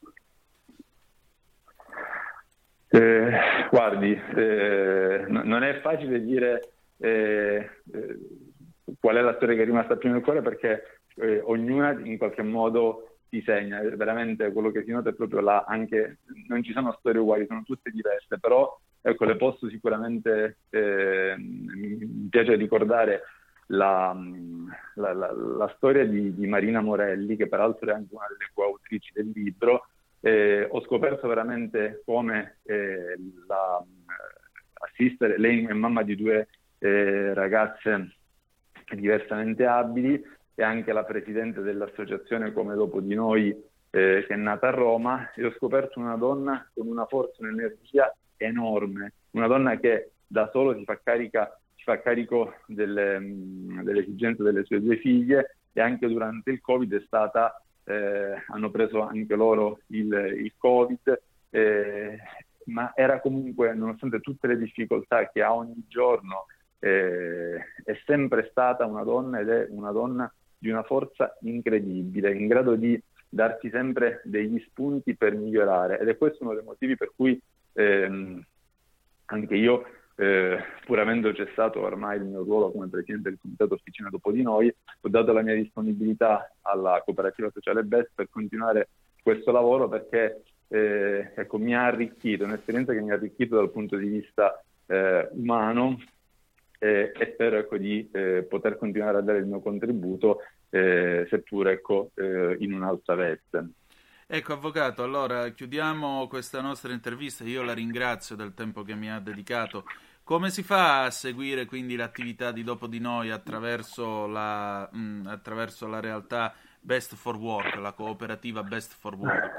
Speaker 10: Eh, guardi, eh, n- non è facile dire eh, eh, qual è la storia che è rimasta più nel cuore, perché eh, ognuna in qualche modo si segna. Veramente quello che si nota è proprio là, anche non ci sono storie uguali, sono tutte diverse, però ecco, le posso sicuramente, eh, mi piace ricordare la, la, la, la storia di, di Marina Morelli, che peraltro è anche una delle coautrici del libro. Eh, ho scoperto veramente come eh, la, assistere, lei è mamma di due eh, ragazze diversamente abili, e anche la presidente dell'associazione Come Dopo di Noi, eh, che è nata a Roma, e ho scoperto una donna con una forza, un'energia enorme, una donna che da solo si fa carica, si fa carico delle, delle esigenze delle sue due figlie, e anche durante il Covid è stata Eh, hanno preso anche loro il, il Covid, eh, ma era comunque, nonostante tutte le difficoltà che ha ogni giorno, eh, è sempre stata una donna, ed è una donna di una forza incredibile, in grado di darci sempre degli spunti per migliorare, ed è questo uno dei motivi per cui ehm, anche io, Eh, pur avendo cessato ormai il mio ruolo come presidente del comitato Officina Dopo di Noi, ho dato la mia disponibilità alla cooperativa sociale B E S per continuare questo lavoro, perché eh, ecco, mi ha arricchito, un'esperienza che mi ha arricchito dal punto di vista eh, umano, eh, e spero ecco, di eh, poter continuare a dare il mio contributo, eh, seppur ecco, eh, in un'altra veste.
Speaker 3: Ecco, avvocato, allora chiudiamo questa nostra intervista. Io la ringrazio del tempo che mi ha dedicato. Come si fa a seguire quindi l'attività di Dopo di Noi attraverso la, mh, attraverso la realtà Best for Work, la cooperativa Best for Work?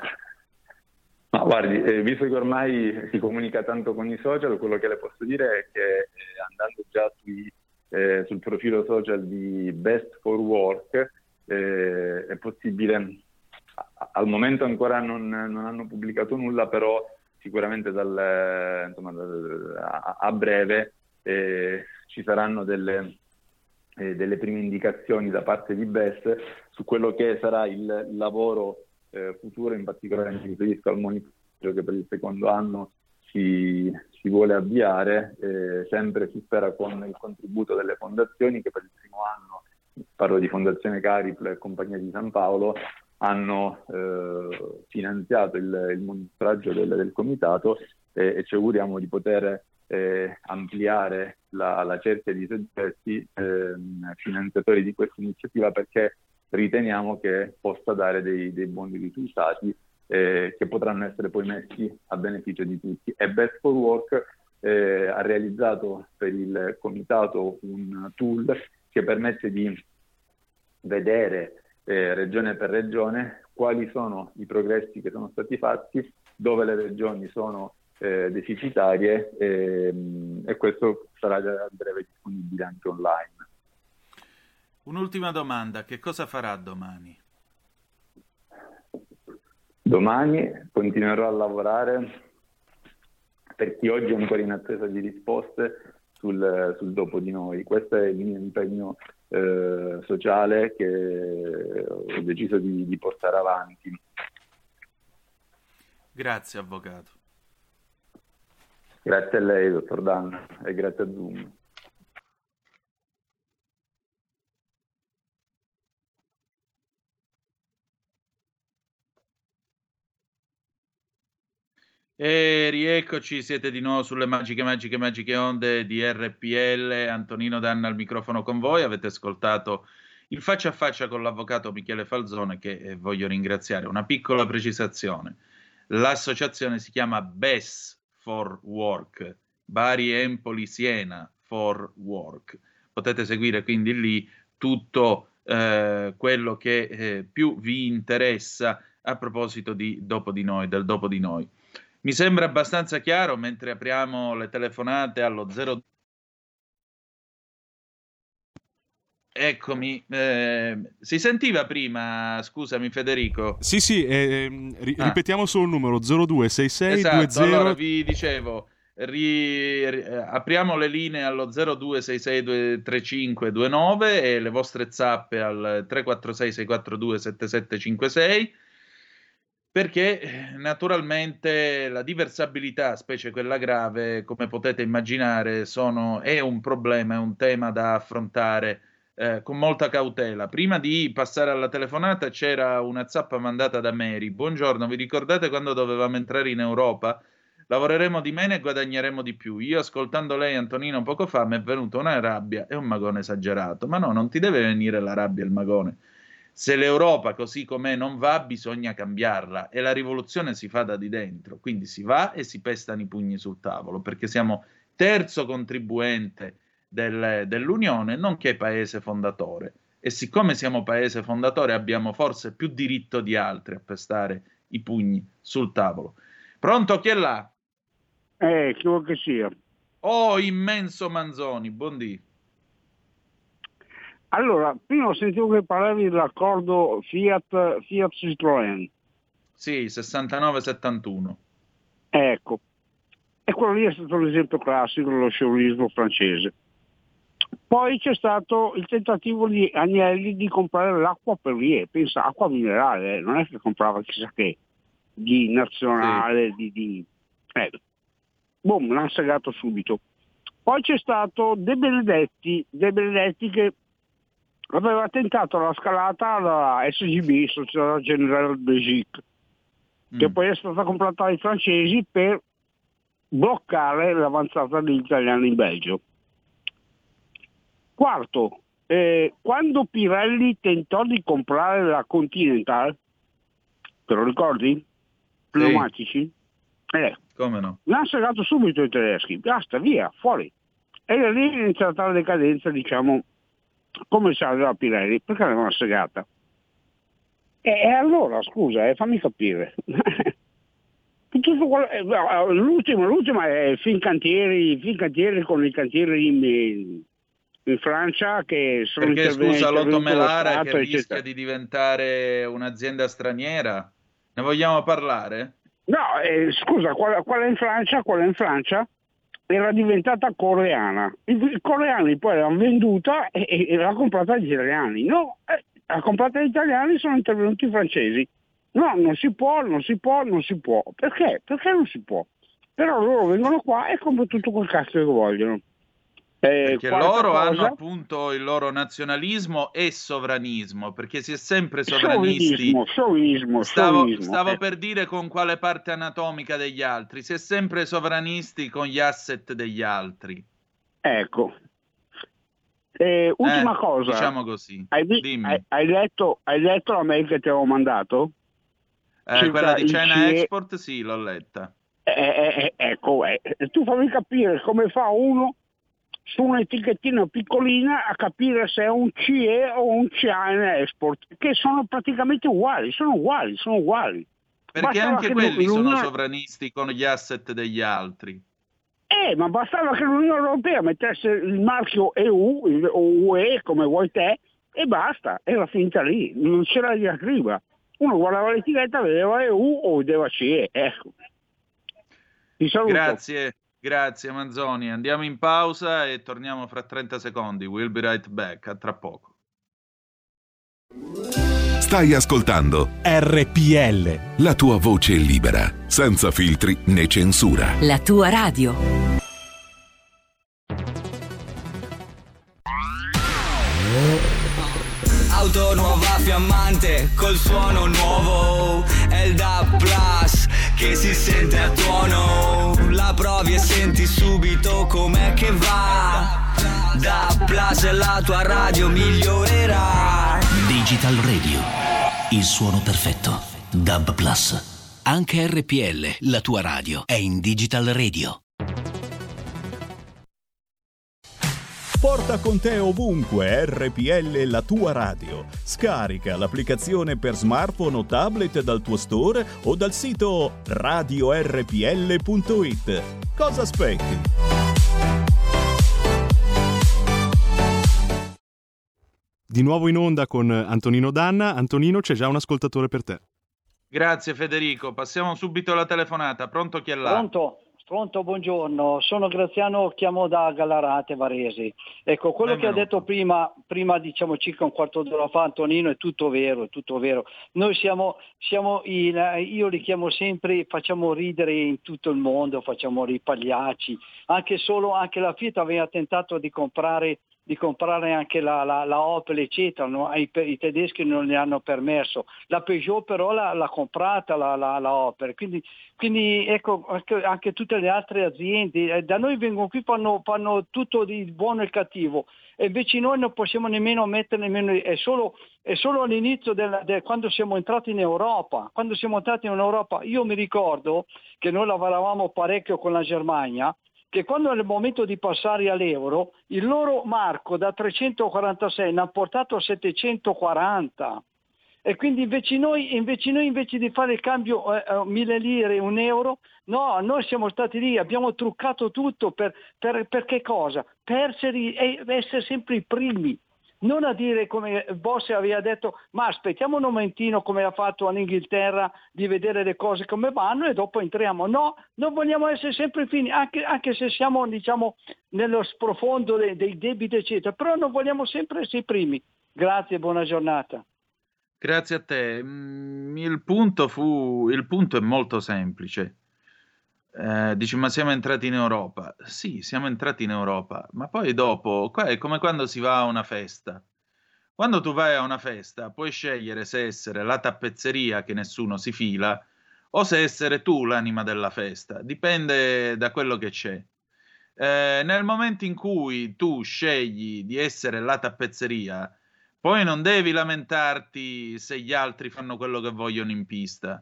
Speaker 10: Ma guardi, eh, visto che ormai si comunica tanto con i social, quello che le posso dire è che eh, andando già sui, eh, sul profilo social di Best for Work eh, è possibile. Al momento ancora non, non hanno pubblicato nulla, però sicuramente dal, insomma, a, a breve eh, ci saranno delle, eh, delle prime indicazioni da parte di B E S su quello che sarà il lavoro eh, futuro, in particolare mi riferisco al monitoraggio che per il secondo anno si, si vuole avviare, eh, sempre si spera con il contributo delle fondazioni che per il primo anno, parlo di Fondazione Cariplo e Compagnia di San Paolo, hanno eh, finanziato il, il monitoraggio del, del comitato, eh, e ci auguriamo di poter eh, ampliare la, la cerchia di soggetti eh, finanziatori di questa iniziativa, perché riteniamo che possa dare dei, dei buoni risultati eh, che potranno essere poi messi a beneficio di tutti. E Best for Work eh, ha realizzato per il comitato un tool che permette di vedere Eh, regione per regione quali sono i progressi che sono stati fatti, dove le regioni sono eh, deficitarie, eh, e questo sarà a breve disponibile anche online.
Speaker 3: Un'ultima domanda, che cosa farà domani?
Speaker 10: Domani continuerò a lavorare per chi oggi è ancora in attesa di risposte sul, sul Dopo di Noi. Questo è il mio impegno Eh, sociale che ho deciso di, di portare avanti.
Speaker 3: Grazie avvocato.
Speaker 10: Grazie a lei, dottor Danna, e grazie a Zoom.
Speaker 3: E rieccoci, siete di nuovo sulle magiche, magiche, magiche onde di R P L. Antonino Danna al microfono con voi. Avete ascoltato il faccia a faccia con l'avvocato Michele Falzone, che eh, voglio ringraziare. Una piccola precisazione: l'associazione si chiama Best for Work, Bari, Empoli, Siena for Work. Potete seguire quindi lì tutto eh, quello che eh, più vi interessa a proposito di Dopo di Noi, del Dopo di Noi. Mi sembra abbastanza chiaro, mentre apriamo le telefonate allo zero Eccomi, eh, si sentiva prima, scusami Federico?
Speaker 2: Sì, sì, eh, ri- ah. ripetiamo solo il numero zero due sei sei
Speaker 3: esatto,
Speaker 2: due zero.
Speaker 3: Allora vi dicevo, ri, ri, apriamo le linee allo zero due sei sei due tre cinque due nove e le vostre zappe al tre quattro sei sei quattro due sette sette cinque sei, perché naturalmente la diversabilità, specie quella grave, come potete immaginare, sono, è un problema, è un tema da affrontare Eh, con molta cautela. Prima di passare alla telefonata c'era una zappa mandata da Mary. Buongiorno, vi ricordate quando dovevamo entrare in Europa? Lavoreremo di meno e guadagneremo di più. Io ascoltando lei, Antonino, poco fa mi è venuta una rabbia e un magone esagerato. Ma no, non ti deve venire la rabbia e il magone. Se l'Europa così com'è non va, bisogna cambiarla e la rivoluzione si fa da di dentro. Quindi si va e si pestano i pugni sul tavolo, perché siamo terzo contribuente Del, dell'Unione, nonché paese fondatore, e siccome siamo paese fondatore abbiamo forse più diritto di altri a pestare i pugni sul tavolo. Pronto, chi è là?
Speaker 11: Eh, chi vuoi che sia?
Speaker 3: Oh, immenso Manzoni, buondì.
Speaker 11: Allora, prima ho sentito che parlavi dell'accordo Fiat Fiat Citroën.
Speaker 3: Sì, sessantanove settantuno.
Speaker 11: Ecco, e quello lì è stato l'esempio classico dello sciovinismo francese. Poi c'è stato il tentativo di Agnelli di comprare l'acqua per lì, pensa, acqua minerale, eh, non è che comprava chissà che, di nazionale, sì. di... di... Eh. Boom, l'hanno segato subito. Poi c'è stato De Benedetti, De Benedetti che aveva tentato la scalata alla S G B, Società Generale Belgique, mm. che poi è stata comprata dai francesi per bloccare l'avanzata degli italiani in Belgio. Quarto, eh, quando Pirelli tentò di comprare la Continental, te lo ricordi? Pneumatici? Sì. Eh,
Speaker 3: come no?
Speaker 11: L'hanno segato subito i tedeschi, basta, via, fuori. E da lì è iniziata la decadenza, diciamo, commerciale della Pirelli, perché l'avevano segata. E, e allora, scusa, eh, fammi capire. Tutto quello, eh, l'ultima, l'ultima è Fincantieri, Fincantieri con i cantieri in, in Francia che sono
Speaker 3: perché scusa Lotto Melara
Speaker 11: Stato,
Speaker 3: che rischia
Speaker 11: eccetera.
Speaker 3: di diventare un'azienda straniera, ne vogliamo parlare?
Speaker 11: No, eh, scusa, quella, quella in Francia, quella in Francia era diventata coreana, i, i coreani poi l'hanno venduta e, e, e l'ha comprata gli italiani, no, eh, l'ha comprata gli italiani, sono intervenuti i francesi. No, non si può, non si può, non si può. Perché? Perché non si può? Però loro vengono qua e comprano tutto quel cazzo che vogliono.
Speaker 3: Eh, perché loro cosa? Hanno appunto il loro nazionalismo e sovranismo, perché si è sempre sovranisti.
Speaker 11: Sciovinismo, sciovinismo,
Speaker 3: stavo,
Speaker 11: sciovinismo.
Speaker 3: stavo
Speaker 11: eh.
Speaker 3: per dire con quale parte anatomica degli altri, si è sempre sovranisti con gli asset degli altri.
Speaker 11: Ecco. Eh, ultima
Speaker 3: eh,
Speaker 11: cosa.
Speaker 3: Diciamo così.
Speaker 11: Hai, hai, hai, letto, hai letto la mail che ti avevo mandato?
Speaker 3: Eh, quella di China C E... Export, sì, l'ho letta.
Speaker 11: Eh, eh, ecco, eh. tu fammi capire come fa uno su un'etichettina piccolina a capire se è un C E o un China Export, che sono praticamente uguali, sono uguali, sono uguali.
Speaker 3: Perché bastava anche quelli sono sovranisti con gli asset degli altri.
Speaker 11: Eh, ma bastava che l'Unione Europea mettesse il marchio E U o U E, come vuoi te, e basta, era finita lì, non c'era diatriba. Uno guardava l'etichetta, vedeva E U o vedeva C E, ecco. Ti saluto.
Speaker 3: Grazie, grazie Manzoni. Andiamo in pausa e torniamo fra trenta secondi. We'll be right back, a tra poco.
Speaker 8: Stai ascoltando
Speaker 1: R P L,
Speaker 8: la tua voce libera, senza filtri né censura.
Speaker 6: La tua radio.
Speaker 9: Auto nuova fiammante col suono nuovo, è il D A B Plus che si sente a tuono. La provi e senti subito com'è che va. D A B Plus è la tua radio migliorerà.
Speaker 7: Digital Radio, il suono perfetto. D A B Plus. Anche R P L, la tua radio, è in Digital Radio.
Speaker 12: Porta con te ovunque R P L, la tua radio. Scarica l'applicazione per smartphone o tablet dal tuo store o dal sito radio r p l punto i t. Cosa aspetti?
Speaker 2: di nuovo in onda con Antonino Danna. Antonino, c'è già un ascoltatore per te.
Speaker 3: Grazie Federico, passiamo subito alla telefonata. Pronto, chi è là?
Speaker 13: Pronto? Pronto, buongiorno, sono Graziano, chiamo da Gallarate, Varese. Ecco, quello Benvenuto. Che ha detto prima, prima diciamo circa un quarto d'ora fa Antonino, è tutto vero, è tutto vero. Noi siamo, siamo in, io li chiamo sempre, facciamo ridere in tutto il mondo, facciamo ridere i pagliacci, anche solo, anche la Fiat aveva tentato di comprare di comprare anche la, la, la Opel eccetera, no? I, i tedeschi non ne hanno permesso, la Peugeot però l'ha, l'ha comprata la, la, la Opel, quindi, quindi ecco anche, anche tutte le altre aziende, eh, da noi vengono qui, fanno, fanno tutto di buono e cattivo, e invece noi non possiamo nemmeno mettere, nemmeno, è solo, è solo all'inizio del, del, quando siamo entrati in Europa, quando siamo entrati in Europa, io mi ricordo che noi lavoravamo parecchio con la Germania, che quando era il momento di passare all'euro, il loro marco da trecentoquarantasei ne ha portato a settecentoquaranta. E quindi invece noi, invece noi invece di fare il cambio eh, mille lire, un euro, no, noi siamo stati lì, abbiamo truccato tutto per, per, per che cosa? Per essere, essere sempre i primi. Non a dire come il boss aveva detto, ma aspettiamo un momentino come ha fatto in Inghilterra di vedere le cose come vanno e dopo entriamo. No, non vogliamo essere sempre fini, anche, anche se siamo diciamo nello sprofondo dei, dei debiti eccetera, però non vogliamo sempre essere i primi. Grazie, buona giornata.
Speaker 3: Grazie a te. Il punto fu, il punto è molto semplice. Eh, dici, ma siamo entrati in Europa? Sì, siamo entrati in Europa, ma poi dopo, qua è come quando si va a una festa. Quando tu vai a una festa, puoi scegliere se essere la tappezzeria che nessuno si fila o se essere tu l'anima della festa. Dipende da quello che c'è. Eh, nel momento in cui tu scegli di essere la tappezzeria, poi non devi lamentarti se gli altri fanno quello che vogliono in pista.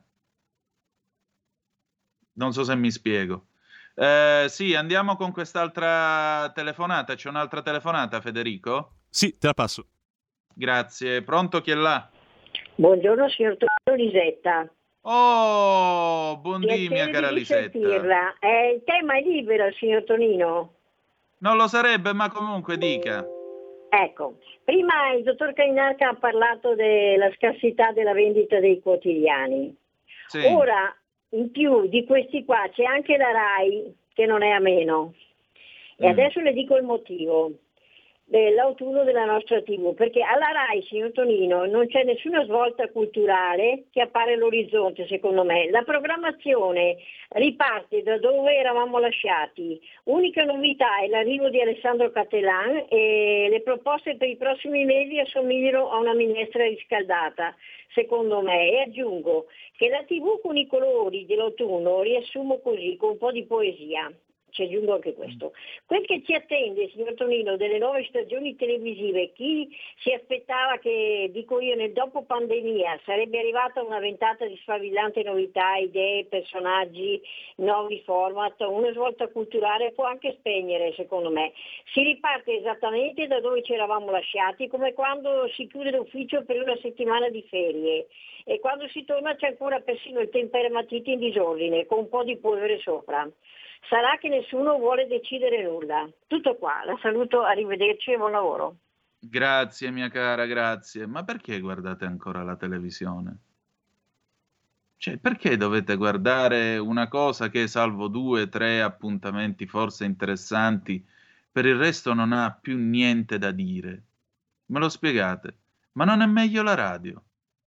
Speaker 3: Non so se mi spiego. Eh, sì, andiamo con quest'altra telefonata. C'è un'altra telefonata, Federico?
Speaker 2: Sì, te la passo.
Speaker 3: Grazie. Pronto, chi è là?
Speaker 14: Buongiorno, signor Tonino, Lisetta.
Speaker 3: Oh, buondì, mia cara
Speaker 14: di
Speaker 3: Lisetta.
Speaker 14: Sentirla. Eh, il tema è libero, signor Tonino?
Speaker 3: Non lo sarebbe, ma comunque dica.
Speaker 14: Ecco, prima il dottor Cainarca ha parlato della scarsità della vendita dei quotidiani.
Speaker 3: Sì.
Speaker 14: Ora, in più di questi qua c'è anche la RAI che non è a meno e mm. adesso le dico il motivo dell'autunno della nostra tivù, perché alla RAI, signor Tonino, non c'è nessuna svolta culturale che appare all'orizzonte, secondo me. La programmazione riparte da dove eravamo lasciati. Unica novità è l'arrivo di Alessandro Cattelan e le proposte per i prossimi mesi assomigliano a una minestra riscaldata, secondo me. E aggiungo che la tivù con i colori dell'autunno riassumo così, con un po' di poesia. Ci aggiungo anche questo. Quel che ci attende, signor Tonino, delle nuove stagioni televisive, chi si aspettava che, dico io, nel dopo pandemia sarebbe arrivata una ventata di sfavillante novità, idee, personaggi, nuovi format, una svolta culturale può anche spegnere, secondo me. Si riparte esattamente da dove ci eravamo lasciati, come quando si chiude l'ufficio per una settimana di ferie e quando si torna c'è ancora persino il temperamatite in disordine, con un po' di polvere sopra. Sarà che nessuno vuole decidere nulla. Tutto qua, la saluto, arrivederci e buon lavoro.
Speaker 3: Grazie mia cara, grazie. Ma perché guardate ancora la televisione? Cioè, perché dovete guardare una cosa che, salvo due, tre appuntamenti forse interessanti, per il resto non ha più niente da dire? Me lo spiegate? Ma non è meglio la radio?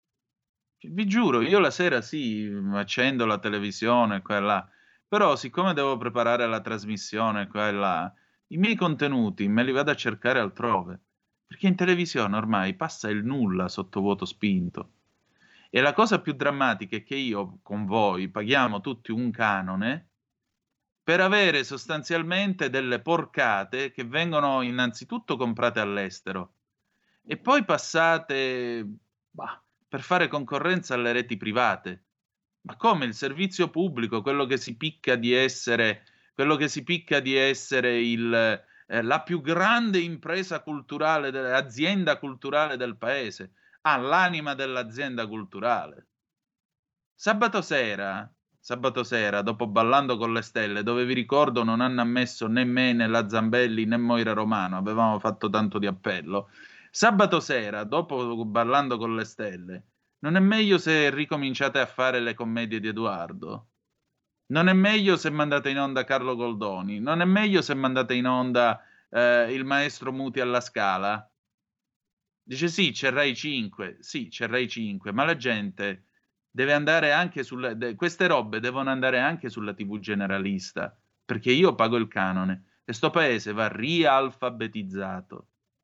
Speaker 3: Vi giuro, io la sera sì, accendo la televisione, qua e là, però siccome devo preparare la trasmissione qua e là, i miei contenuti me li vado a cercare altrove, perché in televisione ormai passa il nulla sottovuoto spinto. E la cosa più drammatica è che io con voi paghiamo tutti un canone per avere sostanzialmente delle porcate che vengono innanzitutto comprate all'estero e poi passate bah, per fare concorrenza alle reti private. Ma come il servizio pubblico, quello che si picca di essere, quello che si picca di essere il, eh, la più grande impresa culturale, de- azienda culturale del paese, ha ah, l'anima dell'azienda culturale. Sabato sera, sabato sera, dopo Ballando con le Stelle, dove vi ricordo non hanno ammesso né me né la Zambelli né Moira Romano, avevamo fatto tanto di appello, Sabato sera, dopo Ballando con le stelle, non è meglio se ricominciate a fare le commedie di Edoardo? Non è meglio se mandate in onda Carlo Goldoni? Non è meglio se mandate in onda eh, il maestro Muti alla Scala? Dice sì, c'è Rai cinque, sì, c'è Rai cinque, ma la gente deve andare anche sulla... De, queste robe devono andare anche sulla tivù generalista, perché io pago il canone e sto paese va rialfabetizzato.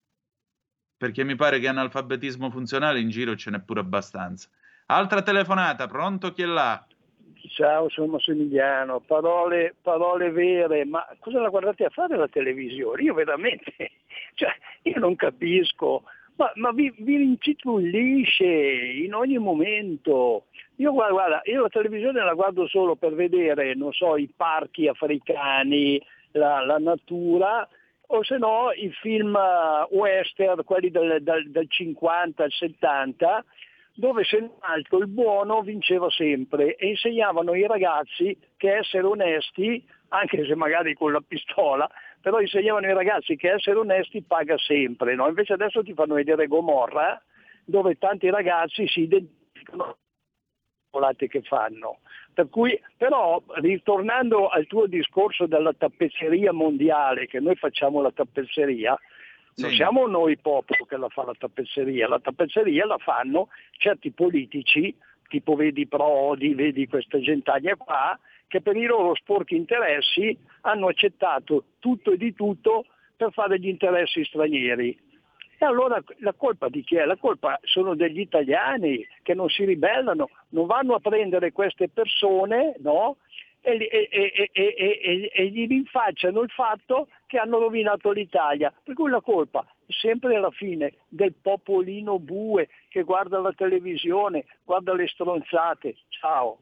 Speaker 3: Perché mi pare che analfabetismo funzionale in giro ce n'è pure abbastanza. Altra telefonata, pronto, chi è là?
Speaker 15: Ciao, sono Massimiliano, parole, parole vere, ma cosa la guardate a fare la televisione? Io veramente, cioè, io non capisco, ma, ma vi, vi incitullisce in ogni momento. Io guarda, guarda, io la televisione la guardo solo per vedere, non so, i parchi africani, la, la natura, o se no i film western, quelli del, del, del cinquanta al settanta, dove se non altro il buono vinceva sempre e insegnavano ai ragazzi che essere onesti, anche se magari con la pistola, però insegnavano ai ragazzi che essere onesti paga sempre, no? Invece adesso ti fanno vedere Gomorra, dove tanti ragazzi si identificano con le che fanno. Per cui, però, ritornando al tuo discorso della tappezzeria mondiale, che noi facciamo la tappezzeria, sì. Non siamo noi popolo che la fa la tappezzeria, la tappezzeria la fanno certi politici, tipo vedi Prodi, vedi questa gentaglia qua, che per i loro sporchi interessi hanno accettato tutto e di tutto per fare gli interessi stranieri. E allora la colpa di chi è? La colpa sono degli italiani che non si ribellano, non vanno a prendere queste persone, no? E, e, e, e, e, e gli rinfacciano il fatto che hanno rovinato l'Italia. Per cui la colpa è sempre alla fine del popolino bue che guarda la televisione, guarda le stronzate. Ciao.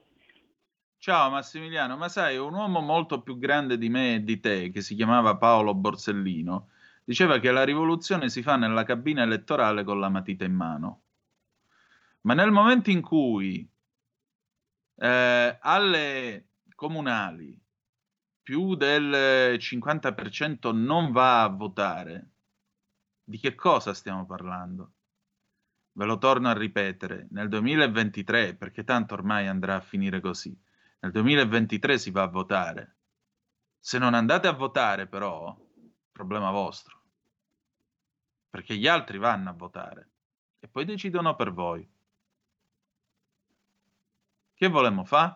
Speaker 3: Ciao Massimiliano, ma sai, un uomo molto più grande di me e di te, che si chiamava Paolo Borsellino, diceva che la rivoluzione si fa nella cabina elettorale con la matita in mano. Ma nel momento in cui eh, alle comunali più del cinquanta per cento non va a votare, di che cosa stiamo parlando? Ve lo torno a ripetere, nel duemilaventitré, perché tanto ormai andrà a finire così, nel duemilaventitré si va a votare. Se non andate a votare però, problema vostro, perché gli altri vanno a votare e poi decidono per voi. Che volemo fa?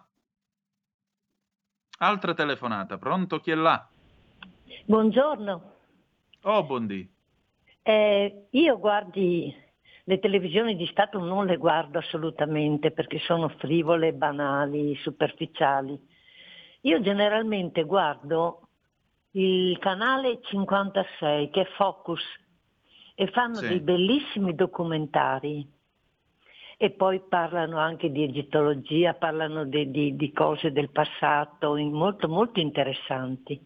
Speaker 3: Altra telefonata, pronto, chi è là?
Speaker 16: Buongiorno.
Speaker 3: Oh, buondì.
Speaker 16: Eh, io guardi, le televisioni di Stato non le guardo assolutamente perché sono frivole, banali, superficiali. Io generalmente guardo il canale cinquantasei che è Focus e fanno sì. dei bellissimi documentari e poi parlano anche di egittologia, parlano di, di, di cose del passato molto molto interessanti.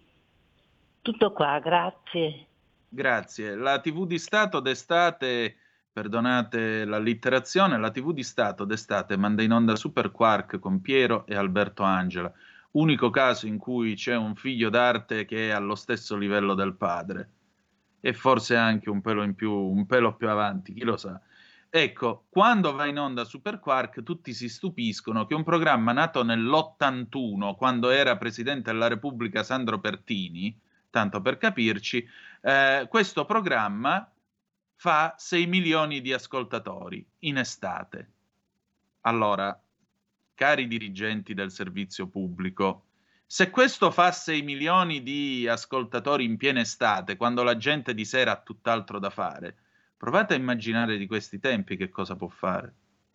Speaker 16: Tutto qua, grazie.
Speaker 3: Grazie. La tivù di Stato d'estate, perdonate l'allitterazione, la tivù di Stato d'estate manda in onda Super Quark con Piero e Alberto Angela, unico caso in cui c'è un figlio d'arte che è allo stesso livello del padre e forse anche un pelo in più, un pelo più avanti, chi lo sa. Ecco, quando va in onda Super Quark tutti si stupiscono che un programma nato nell'ottantuno, quando era Presidente della Repubblica Sandro Pertini, tanto per capirci, eh, questo programma fa sei milioni di ascoltatori in estate. Allora, cari dirigenti del servizio pubblico, se questo fa sei milioni di ascoltatori in piena estate, quando la gente di sera ha tutt'altro da fare, provate a immaginare di questi tempi che cosa può fare.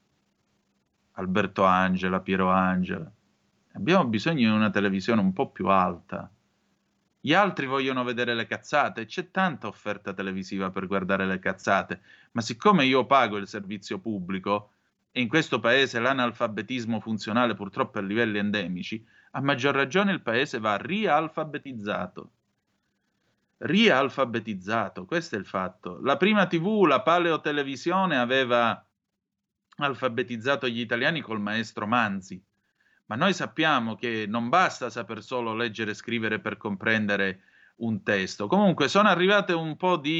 Speaker 3: Alberto Angela, Piero Angela. Abbiamo bisogno di una televisione un po' più alta. Gli altri vogliono vedere le cazzate, c'è tanta offerta televisiva per guardare le cazzate, ma siccome io pago il servizio pubblico e in questo paese l'analfabetismo funzionale purtroppo è a livelli endemici, a maggior ragione il paese va rialfabetizzato. Rialfabetizzato, questo è il fatto. La prima tivù, la paleotelevisione, aveva alfabetizzato gli italiani col maestro Manzi, ma noi sappiamo che non basta saper solo leggere e scrivere per comprendere un testo. Comunque sono arrivate un po' di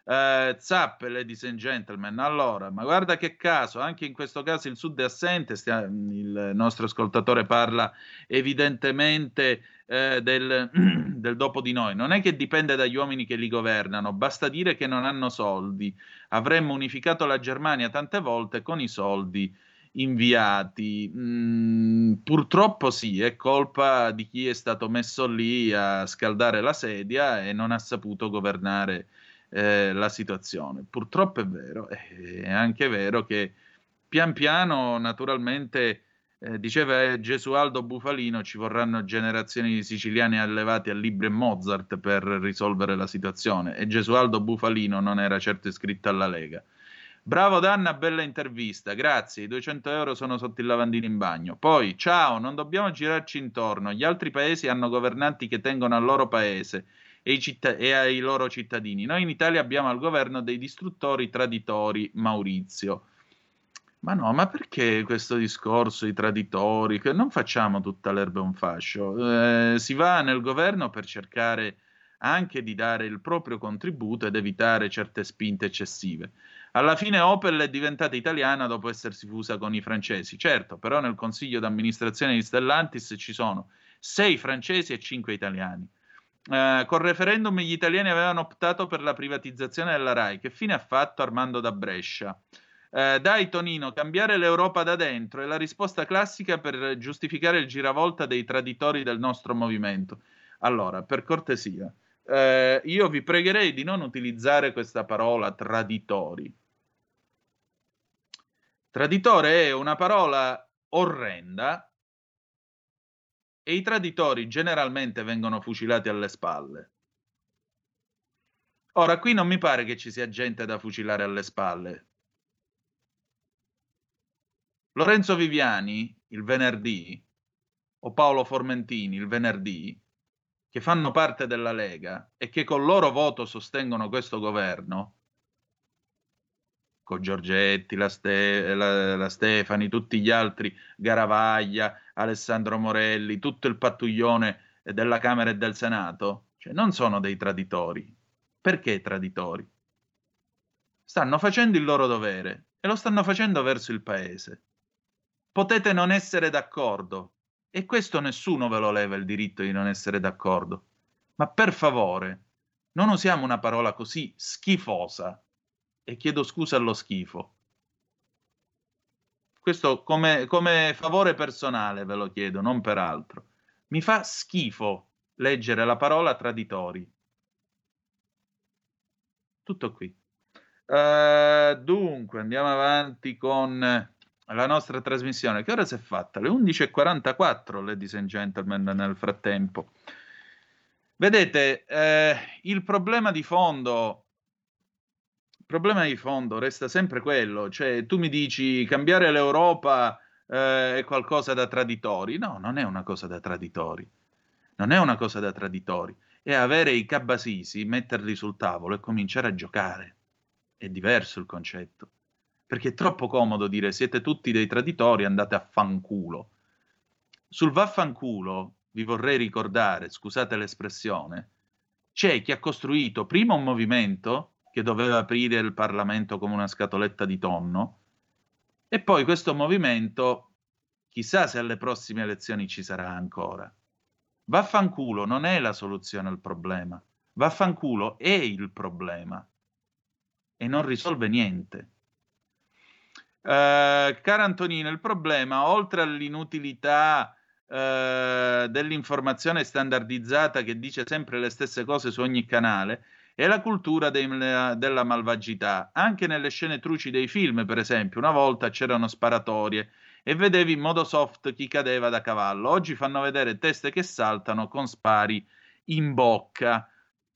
Speaker 3: Uh, Zapp, ladies and gentlemen, allora, ma guarda che caso, anche in questo caso il Sud è assente, stia, il nostro ascoltatore parla evidentemente eh, del, del dopo di noi, non è che dipende dagli uomini che li governano, basta dire che non hanno soldi, avremmo unificato la Germania tante volte con i soldi inviati, mm, purtroppo sì, è colpa di chi è stato messo lì a scaldare la sedia e non ha saputo governare Eh, la situazione. Purtroppo è vero, è anche vero che pian piano, naturalmente, eh, diceva Gesualdo Bufalino, ci vorranno generazioni di siciliani allevati a Libri e Mozart per risolvere la situazione, e Gesualdo Bufalino non era certo iscritto alla Lega. Bravo Danna, bella intervista, grazie, i duecento euro sono sotto il lavandino in bagno. Poi, ciao, non dobbiamo girarci intorno, gli altri paesi hanno governanti che tengono al loro paese e, i citt- e ai loro cittadini. Noi in Italia abbiamo al governo dei distruttori traditori, Maurizio. Ma no, ma perché questo discorso, i traditori? Che non facciamo tutta l'erba un fascio. Eh, si va nel governo per cercare anche di dare il proprio contributo ed evitare certe spinte eccessive. Alla fine Opel è diventata italiana dopo essersi fusa con i francesi. Certo, però nel consiglio d'amministrazione di Stellantis ci sono sei francesi e cinque italiani. Uh, col referendum gli italiani avevano optato per la privatizzazione della RAI. Che fine ha fatto Armando da Brescia? Uh, dai Tonino, cambiare l'Europa da dentro è la risposta classica per giustificare il giravolta dei traditori del nostro movimento. Allora, per cortesia, uh, io vi pregherei di non utilizzare questa parola traditori. Traditore è una parola orrenda e i traditori generalmente vengono fucilati alle spalle. Ora, qui non mi pare che ci sia gente da fucilare alle spalle. Lorenzo Viviani, il venerdì, o Paolo Formentini, il venerdì, che fanno parte della Lega e che col loro voto sostengono questo governo, con Giorgetti, la, Ste- la, la Stefani, tutti gli altri, Garavaglia, Alessandro Morelli, tutto il pattuglione della Camera e del Senato, cioè non sono dei traditori. Perché traditori? Stanno facendo il loro dovere e lo stanno facendo verso il paese. Potete non essere d'accordo, e questo nessuno ve lo leva il diritto di non essere d'accordo, ma per favore non usiamo una parola così schifosa, e chiedo scusa allo schifo. Questo come, come favore personale ve lo chiedo, non per altro. Mi fa schifo leggere la parola traditori. Tutto qui. Uh, dunque, andiamo avanti con la nostra trasmissione. Che ora si è fatta? Le undici e quarantaquattro, ladies and gentlemen, nel frattempo. Vedete, eh, il problema di fondo... Il problema di fondo resta sempre quello, cioè tu mi dici cambiare l'Europa eh, è qualcosa da traditori. No, non è una cosa da traditori. Non è una cosa da traditori. È avere i cabasisi, metterli sul tavolo e cominciare a giocare. È diverso il concetto. Perché è troppo comodo dire siete tutti dei traditori, andate a fanculo. Sul vaffanculo vi vorrei ricordare, scusate l'espressione, c'è chi ha costruito prima un movimento che doveva aprire il Parlamento come una scatoletta di tonno, e poi questo movimento, chissà se alle prossime elezioni ci sarà ancora. Vaffanculo non è la soluzione al problema, vaffanculo è il problema e non risolve niente. Uh, cara Antonino, il problema, oltre all'inutilità uh, dell'informazione standardizzata che dice sempre le stesse cose su ogni canale, è la cultura dei, della malvagità. Anche nelle scene truci dei film, per esempio, una volta c'erano sparatorie e vedevi in modo soft chi cadeva da cavallo. Oggi fanno vedere teste che saltano con spari in bocca.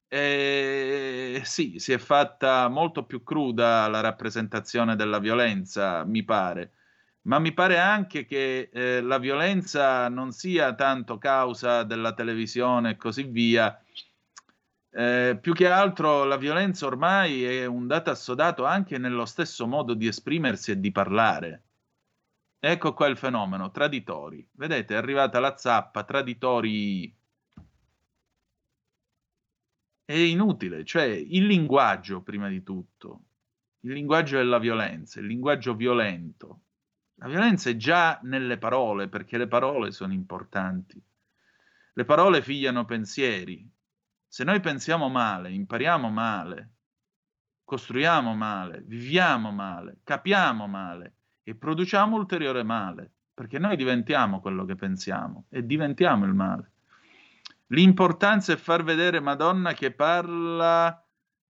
Speaker 3: E sì, si è fatta molto più cruda la rappresentazione della violenza, mi pare. Ma mi pare anche che eh, la violenza non sia tanto causa della televisione e così via. Eh, più che altro la violenza ormai è un dato assodato anche nello stesso modo di esprimersi e di parlare. Ecco qua il fenomeno, traditori. Vedete, è arrivata la zappa, traditori. è inutile, cioè il linguaggio prima di tutto, il linguaggio della violenza, il linguaggio violento. La violenza è già nelle parole, perché le parole sono importanti. Le parole figliano pensieri. Se noi pensiamo male, impariamo male, costruiamo male, viviamo male, capiamo male e produciamo ulteriore male, perché noi diventiamo quello che pensiamo e diventiamo il male. L'importanza è far vedere Madonna che parla,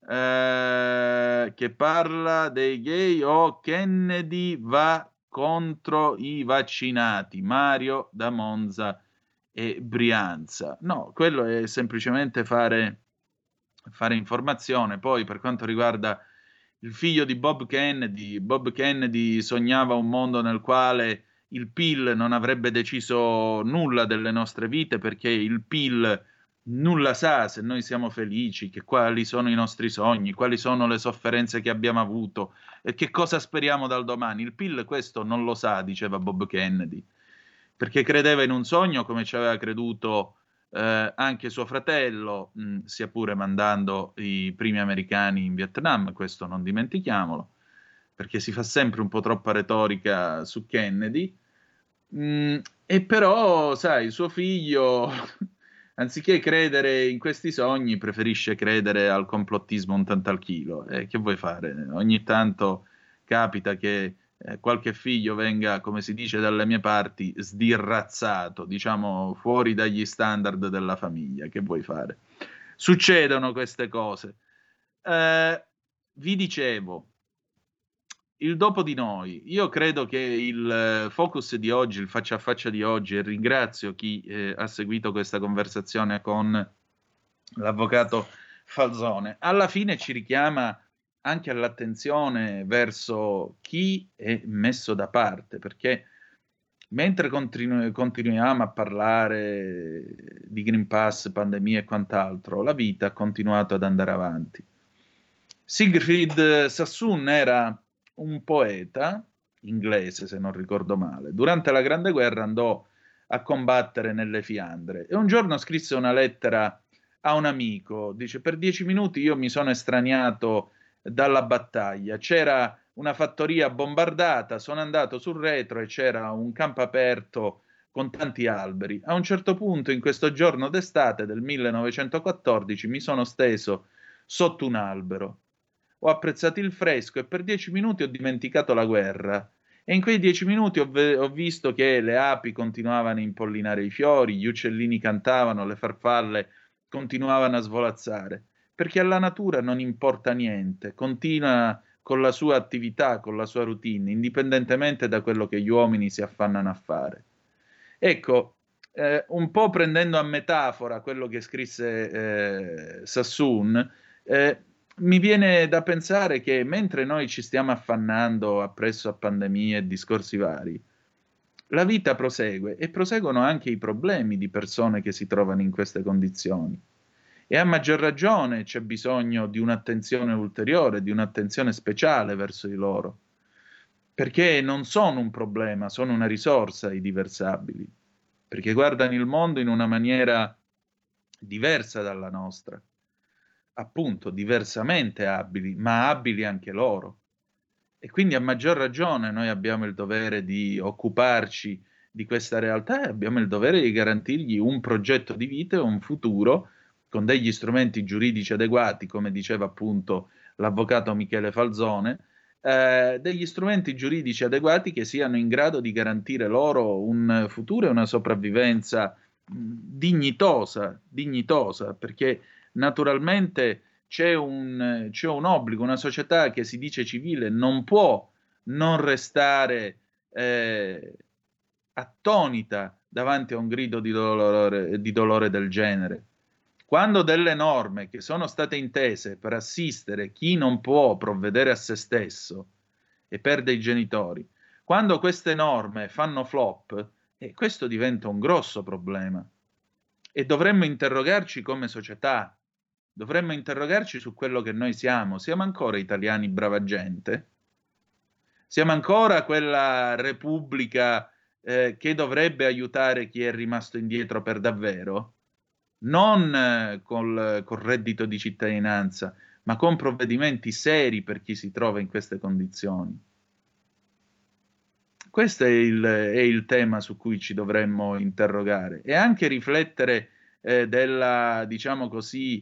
Speaker 3: eh, che parla dei gay o Kennedy va contro i vaccinati, Mario da Monza e Brianza. No, quello è semplicemente fare, fare informazione. Poi per quanto riguarda il figlio di Bob Kennedy, Bob Kennedy sognava un mondo nel quale il P I L non avrebbe deciso nulla delle nostre vite, perché il P I L nulla sa se noi siamo felici, che quali sono i nostri sogni, quali sono le sofferenze che abbiamo avuto e che cosa speriamo dal domani. Il P I L questo non lo sa, diceva Bob Kennedy, perché credeva in un sogno come ci aveva creduto eh, anche suo fratello, mh, sia pure mandando i primi americani in Vietnam, questo non dimentichiamolo, perché si fa sempre un po' troppa retorica su Kennedy. Mm, e però, sai, suo figlio, anziché credere in questi sogni, preferisce credere al complottismo un tanto al chilo. E eh, che vuoi fare? Ogni tanto capita che eh, qualche figlio venga, come si dice dalle mie parti, sdirrazzato, diciamo fuori dagli standard della famiglia. Che vuoi fare? Succedono queste cose. Eh, vi dicevo, il dopo di noi. Io credo che il focus di oggi, il faccia a faccia di oggi, e ringrazio chi eh, ha seguito questa conversazione con l'avvocato Falzone, alla fine ci richiama anche all'attenzione verso chi è messo da parte, perché mentre continu- continuiamo a parlare di Green Pass, pandemia e quant'altro, la vita ha continuato ad andare avanti. Siegfried Sassoon era un poeta inglese, se non ricordo male. Durante la Grande Guerra andò a combattere nelle Fiandre e un giorno scrisse una lettera a un amico. Dice: per dieci minuti io mi sono estraniato dalla battaglia, c'era una fattoria bombardata, sono andato sul retro e c'era un campo aperto con tanti alberi. A un certo punto, in questo giorno d'estate del millenovecentoquattordici, mi sono steso sotto un albero. Ho apprezzato il fresco e per dieci minuti ho dimenticato la guerra. E in quei dieci minuti ho, ve- ho visto che le api continuavano a impollinare i fiori, gli uccellini cantavano, le farfalle continuavano a svolazzare. Perché alla natura non importa niente, continua con la sua attività, con la sua routine, indipendentemente da quello che gli uomini si affannano a fare. Ecco, eh, un po' prendendo a metafora quello che scrisse eh, Sassoon, eh, mi viene da pensare che mentre noi ci stiamo affannando appresso a pandemie e discorsi vari, la vita prosegue e proseguono anche i problemi di persone che si trovano in queste condizioni. E a maggior ragione c'è bisogno di un'attenzione ulteriore, di un'attenzione speciale verso di loro, perché non sono un problema, sono una risorsa i diversabili, perché guardano il mondo in una maniera diversa dalla nostra. Appunto, diversamente abili, ma abili anche loro. E quindi a maggior ragione noi abbiamo il dovere di occuparci di questa realtà e abbiamo il dovere di garantirgli un progetto di vita e un futuro con degli strumenti giuridici adeguati, come diceva appunto l'avvocato Michele Falzone, eh, degli strumenti giuridici adeguati che siano in grado di garantire loro un futuro e una sopravvivenza mh, dignitosa, dignitosa, perché naturalmente c'è un, c'è un obbligo, una società che si dice civile non può non restare eh, attonita davanti a un grido di dolore, di dolore del genere. Quando delle norme che sono state intese per assistere chi non può provvedere a se stesso e perde i genitori, quando queste norme fanno flop, eh, questo diventa un grosso problema. E dovremmo interrogarci come società, dovremmo interrogarci su quello che noi siamo. Siamo ancora italiani brava gente? Siamo ancora quella repubblica eh, che dovrebbe aiutare chi è rimasto indietro per davvero? non eh, col, col reddito di cittadinanza, ma con provvedimenti seri per chi si trova in queste condizioni. Questo è il, è il tema su cui ci dovremmo interrogare e anche riflettere eh, della, diciamo così,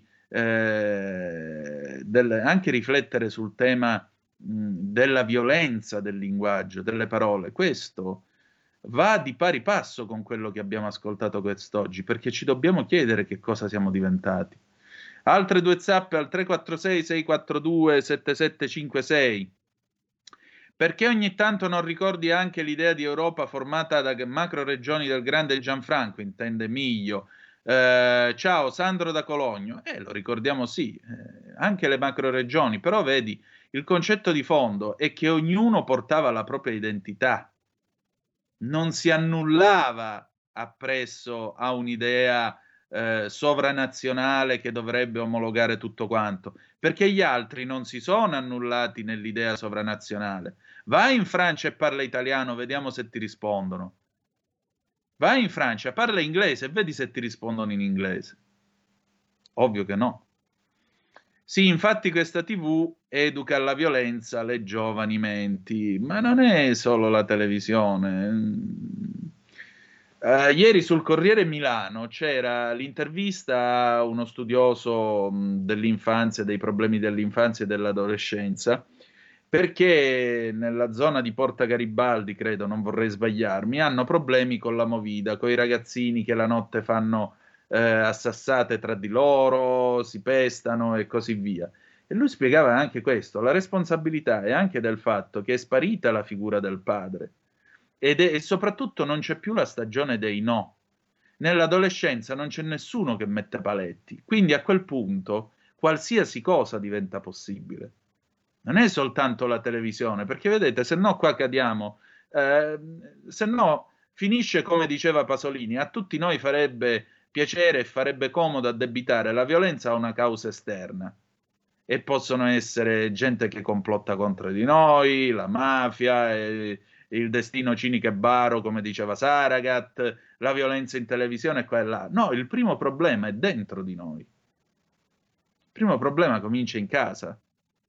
Speaker 3: eh, del, anche riflettere sul tema mh, della violenza del linguaggio, delle parole. Questo va di pari passo con quello che abbiamo ascoltato quest'oggi, perché ci dobbiamo chiedere che cosa siamo diventati. Altre due zappe al tre quattro sei sei quattro due sette sette cinque sei. Perché ogni tanto non ricordi anche l'idea di Europa formata da macro regioni del grande Gianfranco, intende Miglio. Eh, ciao, Sandro da Cologno. Eh, lo ricordiamo sì, eh, anche le macro regioni, però vedi, il concetto di fondo è che ognuno portava la propria identità, non si annullava appresso a un'idea eh, sovranazionale che dovrebbe omologare tutto quanto, perché gli altri non si sono annullati nell'idea sovranazionale. Vai in Francia e parla italiano, vediamo se ti rispondono. Vai in Francia, parla inglese e vedi se ti rispondono in inglese. Ovvio che no. Sì, infatti questa tivù educa alla violenza le giovani menti, ma non è solo la televisione. Uh, ieri sul Corriere Milano c'era l'intervista a uno studioso mh, dell'infanzia, dei problemi dell'infanzia e dell'adolescenza, perché nella zona di Porta Garibaldi, credo, non vorrei sbagliarmi, hanno problemi con la movida, con i ragazzini che la notte fanno eh, assassate tra di loro, si pestano e così via. E lui spiegava anche questo, la responsabilità è anche del fatto che è sparita la figura del padre ed è, e soprattutto non c'è più la stagione dei no. Nell'adolescenza non c'è nessuno che mette paletti, quindi a quel punto qualsiasi cosa diventa possibile. Non è soltanto la televisione, perché vedete, se no qua cadiamo, eh, se no finisce come diceva Pasolini, a tutti noi farebbe piacere e farebbe comodo addebitare la violenza a una causa esterna. E possono essere gente che complotta contro di noi, la mafia, e il destino cinico e baro, come diceva Saragat, la violenza in televisione e qua e là. No, il primo problema è dentro di noi. Il primo problema comincia in casa.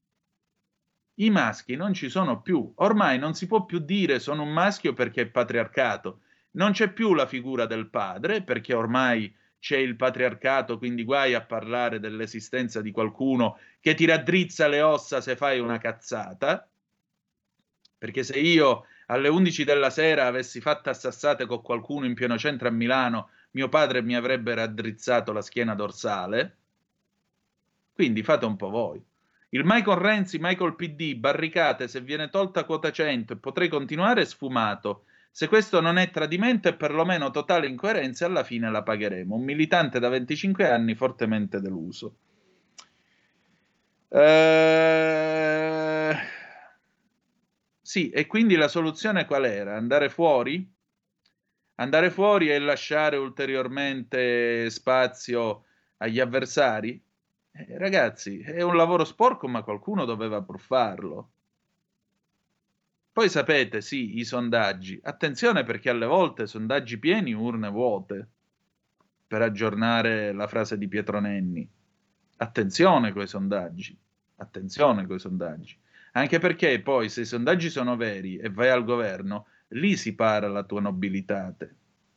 Speaker 3: I maschi non ci sono più. Ormai non si può più dire sono un maschio perché è patriarcato. Non c'è più la figura del padre perché ormai c'è il patriarcato, quindi guai a parlare dell'esistenza di qualcuno che ti raddrizza le ossa se fai una cazzata, perché se io alle undici della sera avessi fatto assassate con qualcuno in pieno centro a Milano, mio padre mi avrebbe raddrizzato la schiena dorsale. Quindi fate un po' voi. Il Michael Renzi, Michael P D, barricate, se viene tolta quota cento e potrei continuare, sfumato. Se questo non è tradimento è perlomeno totale incoerenza e alla fine la pagheremo. Un militante da venticinque anni fortemente deluso. Eh... Sì, e quindi la soluzione qual era? Andare fuori? Andare fuori e lasciare ulteriormente spazio agli avversari? Eh, ragazzi, è un lavoro sporco, ma qualcuno doveva pur farlo. Poi sapete, sì, i sondaggi. Attenzione perché alle volte sondaggi pieni, urne vuote, per aggiornare la frase di Pietro Nenni. Attenzione coi sondaggi, attenzione coi sondaggi. Anche perché poi se i sondaggi sono veri e vai al governo, lì si para la tua nobilitate.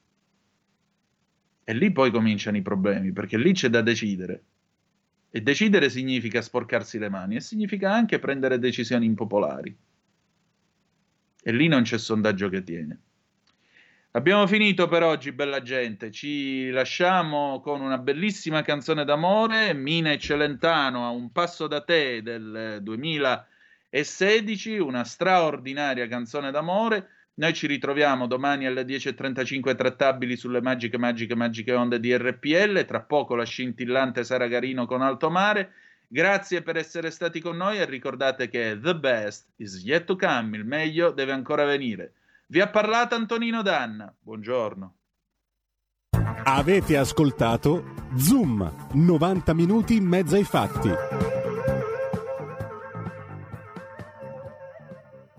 Speaker 3: E lì poi cominciano i problemi, perché lì c'è da decidere. E decidere significa sporcarsi le mani e significa anche prendere decisioni impopolari. E lì non c'è sondaggio che tiene. Abbiamo finito per oggi, bella gente. Ci lasciamo con una bellissima canzone d'amore, Mina e Celentano, A un passo da te del duemilasedici, una straordinaria canzone d'amore. Noi ci ritroviamo domani alle dieci e trentacinque trattabili sulle magiche, magiche, magiche onde di R P L. Tra poco la scintillante Sara Garino con Alto Mare. Grazie per essere stati con noi e ricordate che the best is yet to come, il meglio deve ancora venire. Vi ha parlato Antonino Danna. Buongiorno.
Speaker 1: Avete ascoltato Zoom, novanta minuti in mezzo ai fatti.